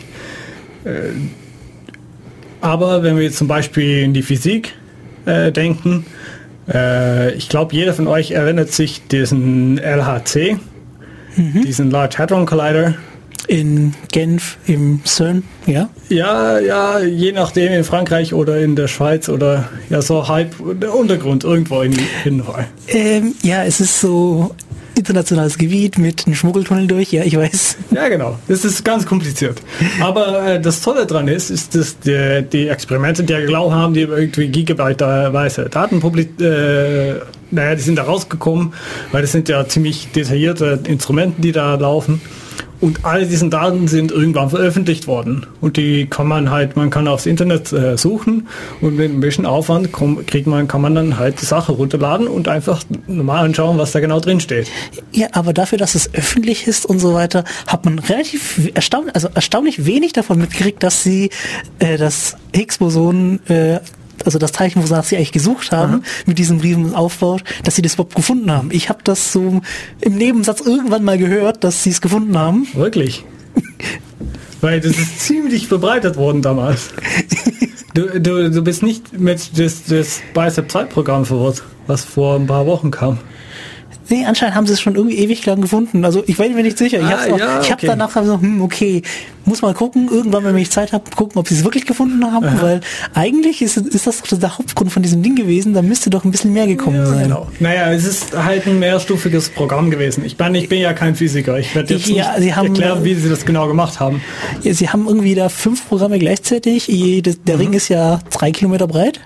Aber wenn wir jetzt zum Beispiel in die Physik denken, ich glaube, jeder von euch erinnert sich diesen LHC, diesen Large Hadron Collider. In Genf, im CERN, ja? Ja, je nachdem in Frankreich oder in der Schweiz oder ja so halb der Untergrund irgendwo in Fall. Ja, es ist so internationales Gebiet mit einem Schmuggeltunnel durch, ja, ich weiß. Ja, genau. Das ist ganz kompliziert. Aber das Tolle daran ist, dass die Experimente, die ja gelaufen haben, die irgendwie gigabyteweise Daten die sind da rausgekommen, weil das sind ja ziemlich detaillierte Instrumente, die da laufen. Und alle diese Daten sind irgendwann veröffentlicht worden. Und die kann man kann aufs Internet suchen und mit ein bisschen Aufwand kann man dann halt die Sache runterladen und einfach normal anschauen, was da genau drin steht. Ja, aber dafür, dass es öffentlich ist und so weiter, hat man relativ erstaunlich wenig davon mitgekriegt, dass sie das Higgs-Boson also das Teilchen, wonach sie eigentlich gesucht haben, mit diesem riesen Aufbau, dass sie das überhaupt gefunden haben. Ich habe das so im Nebensatz irgendwann mal gehört, dass sie es gefunden haben. Wirklich? Weil das ist ziemlich verbreitet worden damals. Du bist nicht mit das Bicep-2-Programm verwirrt, was vor ein paar Wochen kam. Nee, anscheinend haben sie es schon irgendwie ewig lang gefunden. Also ich bin mir nicht sicher. Ich habe danach so, okay, muss mal gucken, irgendwann, wenn ich Zeit habe, gucken, ob sie es wirklich gefunden haben, weil eigentlich ist das doch der Hauptgrund von diesem Ding gewesen, da müsste doch ein bisschen mehr gekommen sein. Genau. Naja, es ist halt ein mehrstufiges Programm gewesen. Ich bin ja kein Physiker. Ich werde jetzt nicht erklären, wie sie das genau gemacht haben. Ja, sie haben irgendwie da 5 Programme gleichzeitig. Der Ring ist ja 3 Kilometer breit.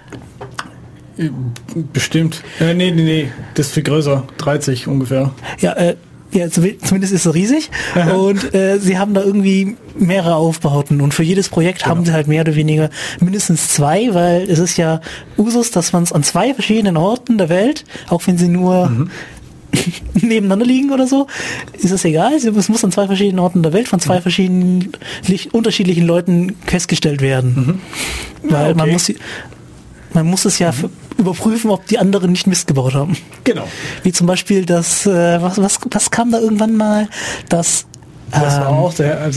Bestimmt. Nee. Das ist viel größer. 30 ungefähr. Ja, Ja, zumindest ist es riesig. Aha. Und sie haben da irgendwie mehrere Aufbauten. Und für jedes Projekt haben sie halt mehr oder weniger mindestens 2, weil es ist ja Usus, dass man es an 2 verschiedenen Orten der Welt, auch wenn sie nur nebeneinander liegen oder so, ist es egal. Es muss an 2 verschiedenen Orten der Welt von 2 verschiedenen unterschiedlichen Leuten festgestellt werden. Weil man muss es ja überprüfen, ob die anderen nicht Mist gebaut haben. Genau. Wie zum Beispiel das, was kam da irgendwann mal? Das war auch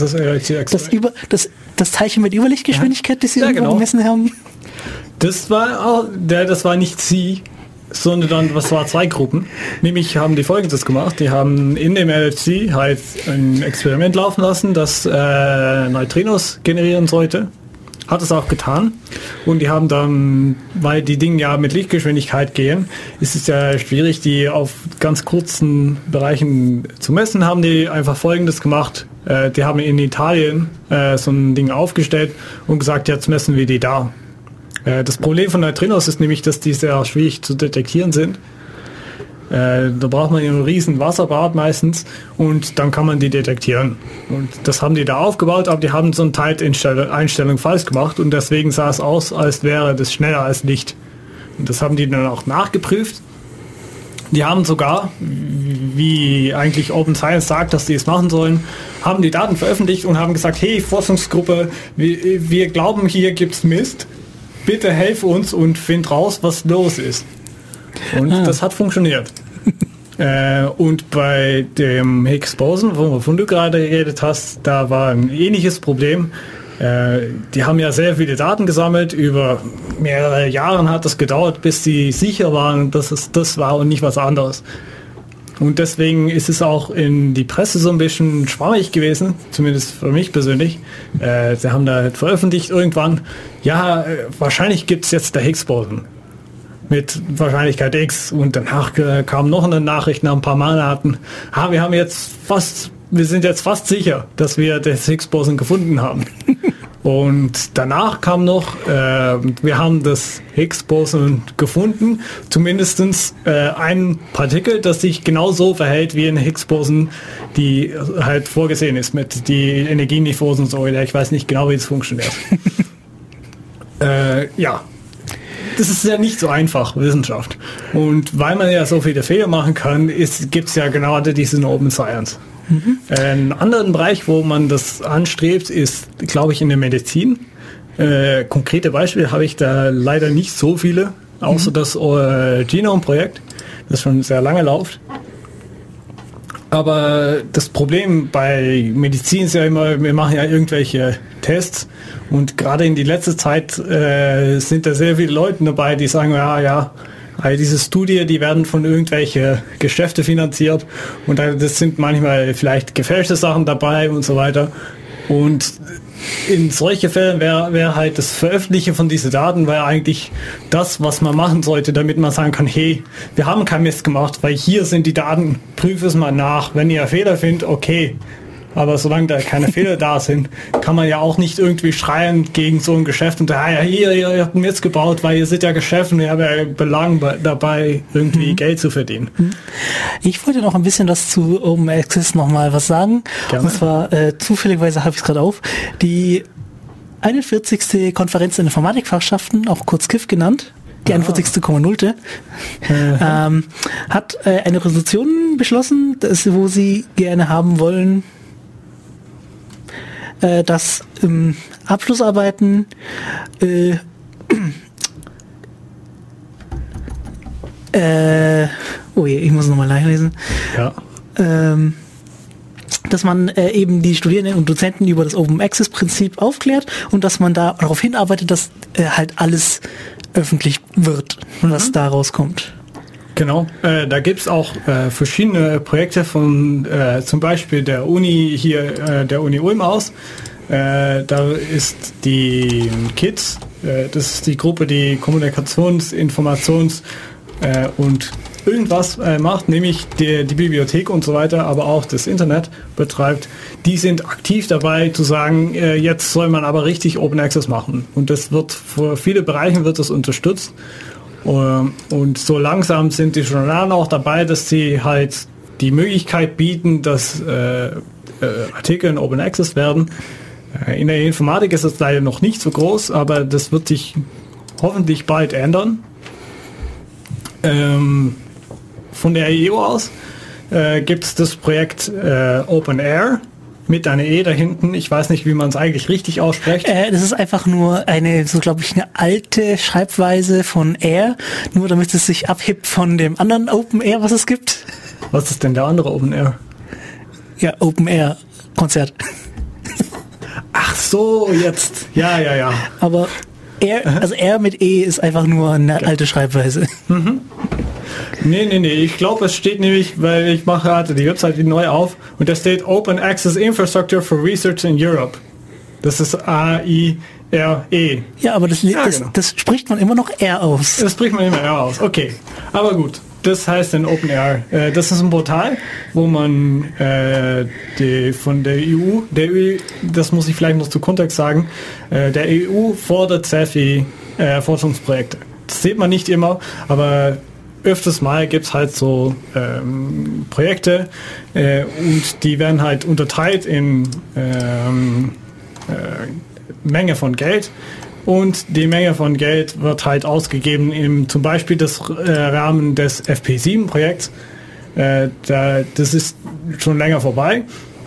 das Teilchen mit Überlichtgeschwindigkeit, das sie irgendwo gemessen haben. Das war nicht sie, sondern das war 2 Gruppen. Nämlich haben die Folgendes gemacht. Die haben in dem LHC halt ein Experiment laufen lassen, das Neutrinos generieren sollte. Hat es auch getan. Und die haben dann, weil die Dinge ja mit Lichtgeschwindigkeit gehen, ist es ja schwierig, die auf ganz kurzen Bereichen zu messen, haben die einfach Folgendes gemacht. Die haben in Italien so ein Ding aufgestellt und gesagt, jetzt messen wir die da. Das Problem von Neutrinos ist nämlich, dass die sehr schwierig zu detektieren sind. Da braucht man einen riesen Wasserbad meistens und dann kann man die detektieren. Und das haben die da aufgebaut, aber die haben so eine Teileinstellung falsch gemacht und deswegen sah es aus, als wäre das schneller als Licht. Und das haben die dann auch nachgeprüft. Die haben sogar, wie eigentlich Open Science sagt, dass die es machen sollen, haben die Daten veröffentlicht und haben gesagt, hey Forschungsgruppe, wir glauben, hier gibt's Mist. Bitte helf uns und find raus, was los ist. Und das hat funktioniert. Und bei dem Higgs-Boson, wovon du gerade geredet hast, da war ein ähnliches Problem. Die haben ja sehr viele Daten gesammelt, über mehrere Jahre hat es gedauert, bis sie sicher waren, dass es das war und nicht was anderes. Und deswegen ist es auch in die Presse so ein bisschen schwammig gewesen, zumindest für mich persönlich. Sie haben da veröffentlicht irgendwann, wahrscheinlich gibt es jetzt der Higgs-Boson mit Wahrscheinlichkeit X und danach kam noch eine Nachricht nach ein paar Monaten. Wir sind jetzt fast sicher, dass wir das Higgs-Boson gefunden haben. Und danach kam noch, wir haben das Higgs-Boson gefunden, zumindest ein Partikel, das sich genauso verhält wie ein Higgs-Boson, die halt vorgesehen ist mit die Energieniveaus und so. Ich weiß nicht genau, wie es funktioniert. Das ist ja nicht so einfach, Wissenschaft. Und weil man ja so viele Fehler machen kann, gibt es ja gerade diesen Open Science. Einen anderen Bereich, wo man das anstrebt, ist, glaube ich, in der Medizin. Konkrete Beispiele habe ich da leider nicht so viele, außer das Genome-Projekt, das schon sehr lange läuft. Aber das Problem bei Medizin ist ja immer, wir machen ja irgendwelche Tests und gerade in die letzte Zeit sind da sehr viele Leute dabei, die sagen, diese Studie, die werden von irgendwelche Geschäfte finanziert und das sind manchmal vielleicht gefälschte Sachen dabei und so weiter. Und in solche Fällen wäre halt das Veröffentlichen von diesen Daten wäre eigentlich das, was man machen sollte, damit man sagen kann, hey, wir haben kein Mist gemacht, weil hier sind die Daten, prüfe es mal nach. Wenn ihr Fehler findet, okay. Aber solange da keine Fehler da sind, kann man ja auch nicht irgendwie schreien gegen so ein Geschäft und ihr habt Mist gebaut, weil ihr seid ja Geschäft und ihr habt ja Belang dabei, irgendwie Geld zu verdienen. Ich wollte noch ein bisschen was zu Open Access nochmal was sagen. Gerne. Und zwar, zufälligerweise habe ich es gerade auf, die 41. Konferenz der Informatikfachschaften, auch kurz KIF genannt, die 41,0, hat eine Resolution beschlossen, wo sie gerne haben wollen, dass Abschlussarbeiten ich muss nochmal nachlesen. Ja. Dass man eben die Studierenden und Dozenten über das Open Access Prinzip aufklärt und dass man da darauf hinarbeitet, dass halt alles öffentlich wird, was da rauskommt. Genau, da gibt es auch verschiedene Projekte von zum Beispiel der Uni hier, der Uni Ulm aus. Da ist die KIDS, das ist die Gruppe, die Kommunikations-, Informations- und irgendwas macht, nämlich die Bibliothek und so weiter, aber auch das Internet betreibt. Die sind aktiv dabei zu sagen, jetzt soll man aber richtig Open Access machen. Und das wird für viele Bereiche wird das unterstützt. Und so langsam sind die Journalen auch dabei, dass sie halt die Möglichkeit bieten, dass Artikel in Open Access werden. In der Informatik ist es leider noch nicht so groß, aber das wird sich hoffentlich bald ändern. Von der EU aus gibt es das Projekt Open Air mit einer E da hinten. Ich weiß nicht, wie man es eigentlich richtig ausspricht. Das ist einfach nur eine alte Schreibweise von Air, nur damit es sich abhebt von dem anderen Open Air, was es gibt. Was ist denn der andere Open Air? Ja, Open Air Konzert. Ach so, jetzt. Ja. Aber R mit E ist einfach nur eine alte Schreibweise. Mhm. Nee. Ich glaube, es steht nämlich, weil ich mache gerade die Website wieder neu auf und da steht Open Access Infrastructure for Research in Europe. Das ist A-I-R-E. Ja, aber das spricht man immer noch R aus. Das spricht man immer R aus, okay. Aber gut, das heißt dann Open Air. Das ist ein Portal, wo man von der EU, das muss ich vielleicht noch zu Kontext sagen, der EU fordert sehr viel Forschungsprojekte. Das sieht man nicht immer, aber öfters mal gibt es halt so Projekte und die werden halt unterteilt in Menge von Geld und die Menge von Geld wird halt ausgegeben im zum Beispiel das Rahmen des FP7-Projekts. Das ist schon länger vorbei.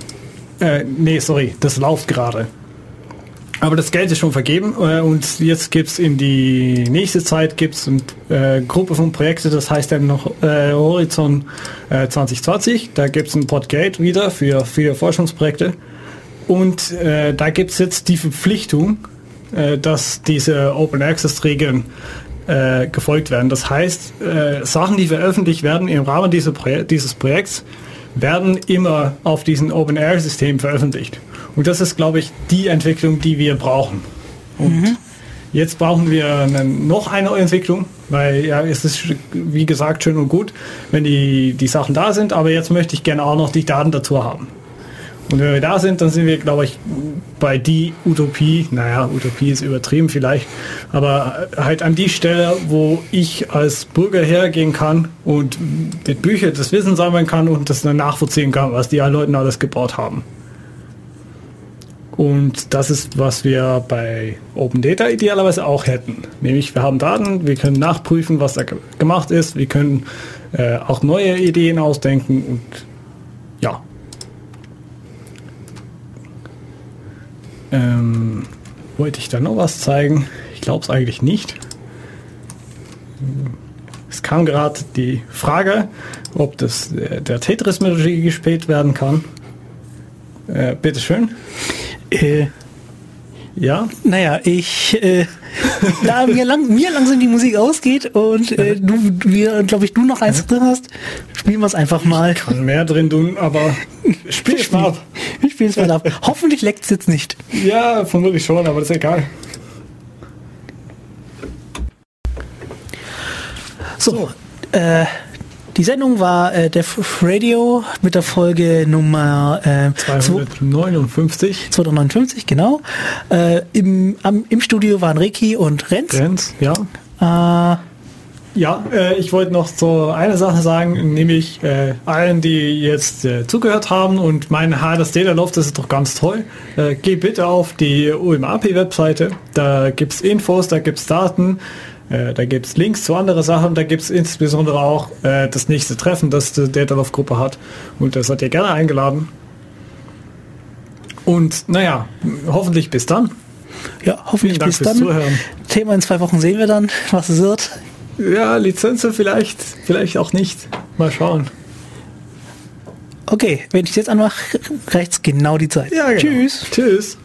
Das läuft gerade. Aber das Geld ist schon vergeben und jetzt gibt es in die nächste Zeit eine Gruppe von Projekten, das heißt dann noch Horizont 2020. Da gibt es ein Pot Geld wieder für viele Forschungsprojekte und da gibt es jetzt die Verpflichtung, dass diese Open Access Regeln gefolgt werden. Das heißt, Sachen, die veröffentlicht werden im Rahmen dieses Projekts, werden immer auf diesen Open Air System veröffentlicht. Und das ist, glaube ich, die Entwicklung, die wir brauchen. Und jetzt brauchen wir noch eine Entwicklung, weil ja, es ist, wie gesagt, schön und gut, wenn die Sachen da sind, aber jetzt möchte ich gerne auch noch die Daten dazu haben. Und wenn wir da sind, dann sind wir, glaube ich, bei die Utopie, Utopie ist übertrieben vielleicht, aber halt an die Stelle, wo ich als Bürger hergehen kann und mit Büchern das Wissen sammeln kann und das dann nachvollziehen kann, was die Leute alles gebaut haben. Und das ist, was wir bei Open Data idealerweise auch hätten. Nämlich, wir haben Daten, wir können nachprüfen, was da gemacht ist, wir können auch neue Ideen ausdenken und ja. Wollte ich da noch was zeigen? Ich glaube es eigentlich nicht. Es kam gerade die Frage, ob das der Tetris-Methodologie gespielt werden kann. Bitteschön. Ja? Naja, da mir langsam die Musik ausgeht und du noch eins drin hast, spielen wir es einfach mal. Ich kann mehr drin tun, aber spiel es mal ab. Ich spiele es mal ab. Hoffentlich leckt es jetzt nicht. Ja, vermutlich schon, aber das ist egal. So, die Sendung war Def Radio mit der Folge Nummer 259, genau. Im Studio waren Ricky und Renz. Ja. Ich wollte noch so eine Sache sagen, nämlich allen, die jetzt zugehört haben und meinen, das Data läuft, das ist doch ganz toll. Geh bitte auf die UMAP-Webseite, da gibt es Infos, da gibt es Daten, da gibt es Links zu anderen Sachen, da gibt es insbesondere auch das nächste Treffen, das die Datalove-Gruppe hat. Und da seid ihr gerne eingeladen. Und hoffentlich bis dann. Ja, hoffentlich bis dann. Zuhören. Thema in 2 Wochen sehen wir dann, was es wird. Ja, Lizenzen vielleicht auch nicht. Mal schauen. Okay, wenn ich es jetzt anmache, reicht es genau die Zeit. Ja, genau. Tschüss. Tschüss.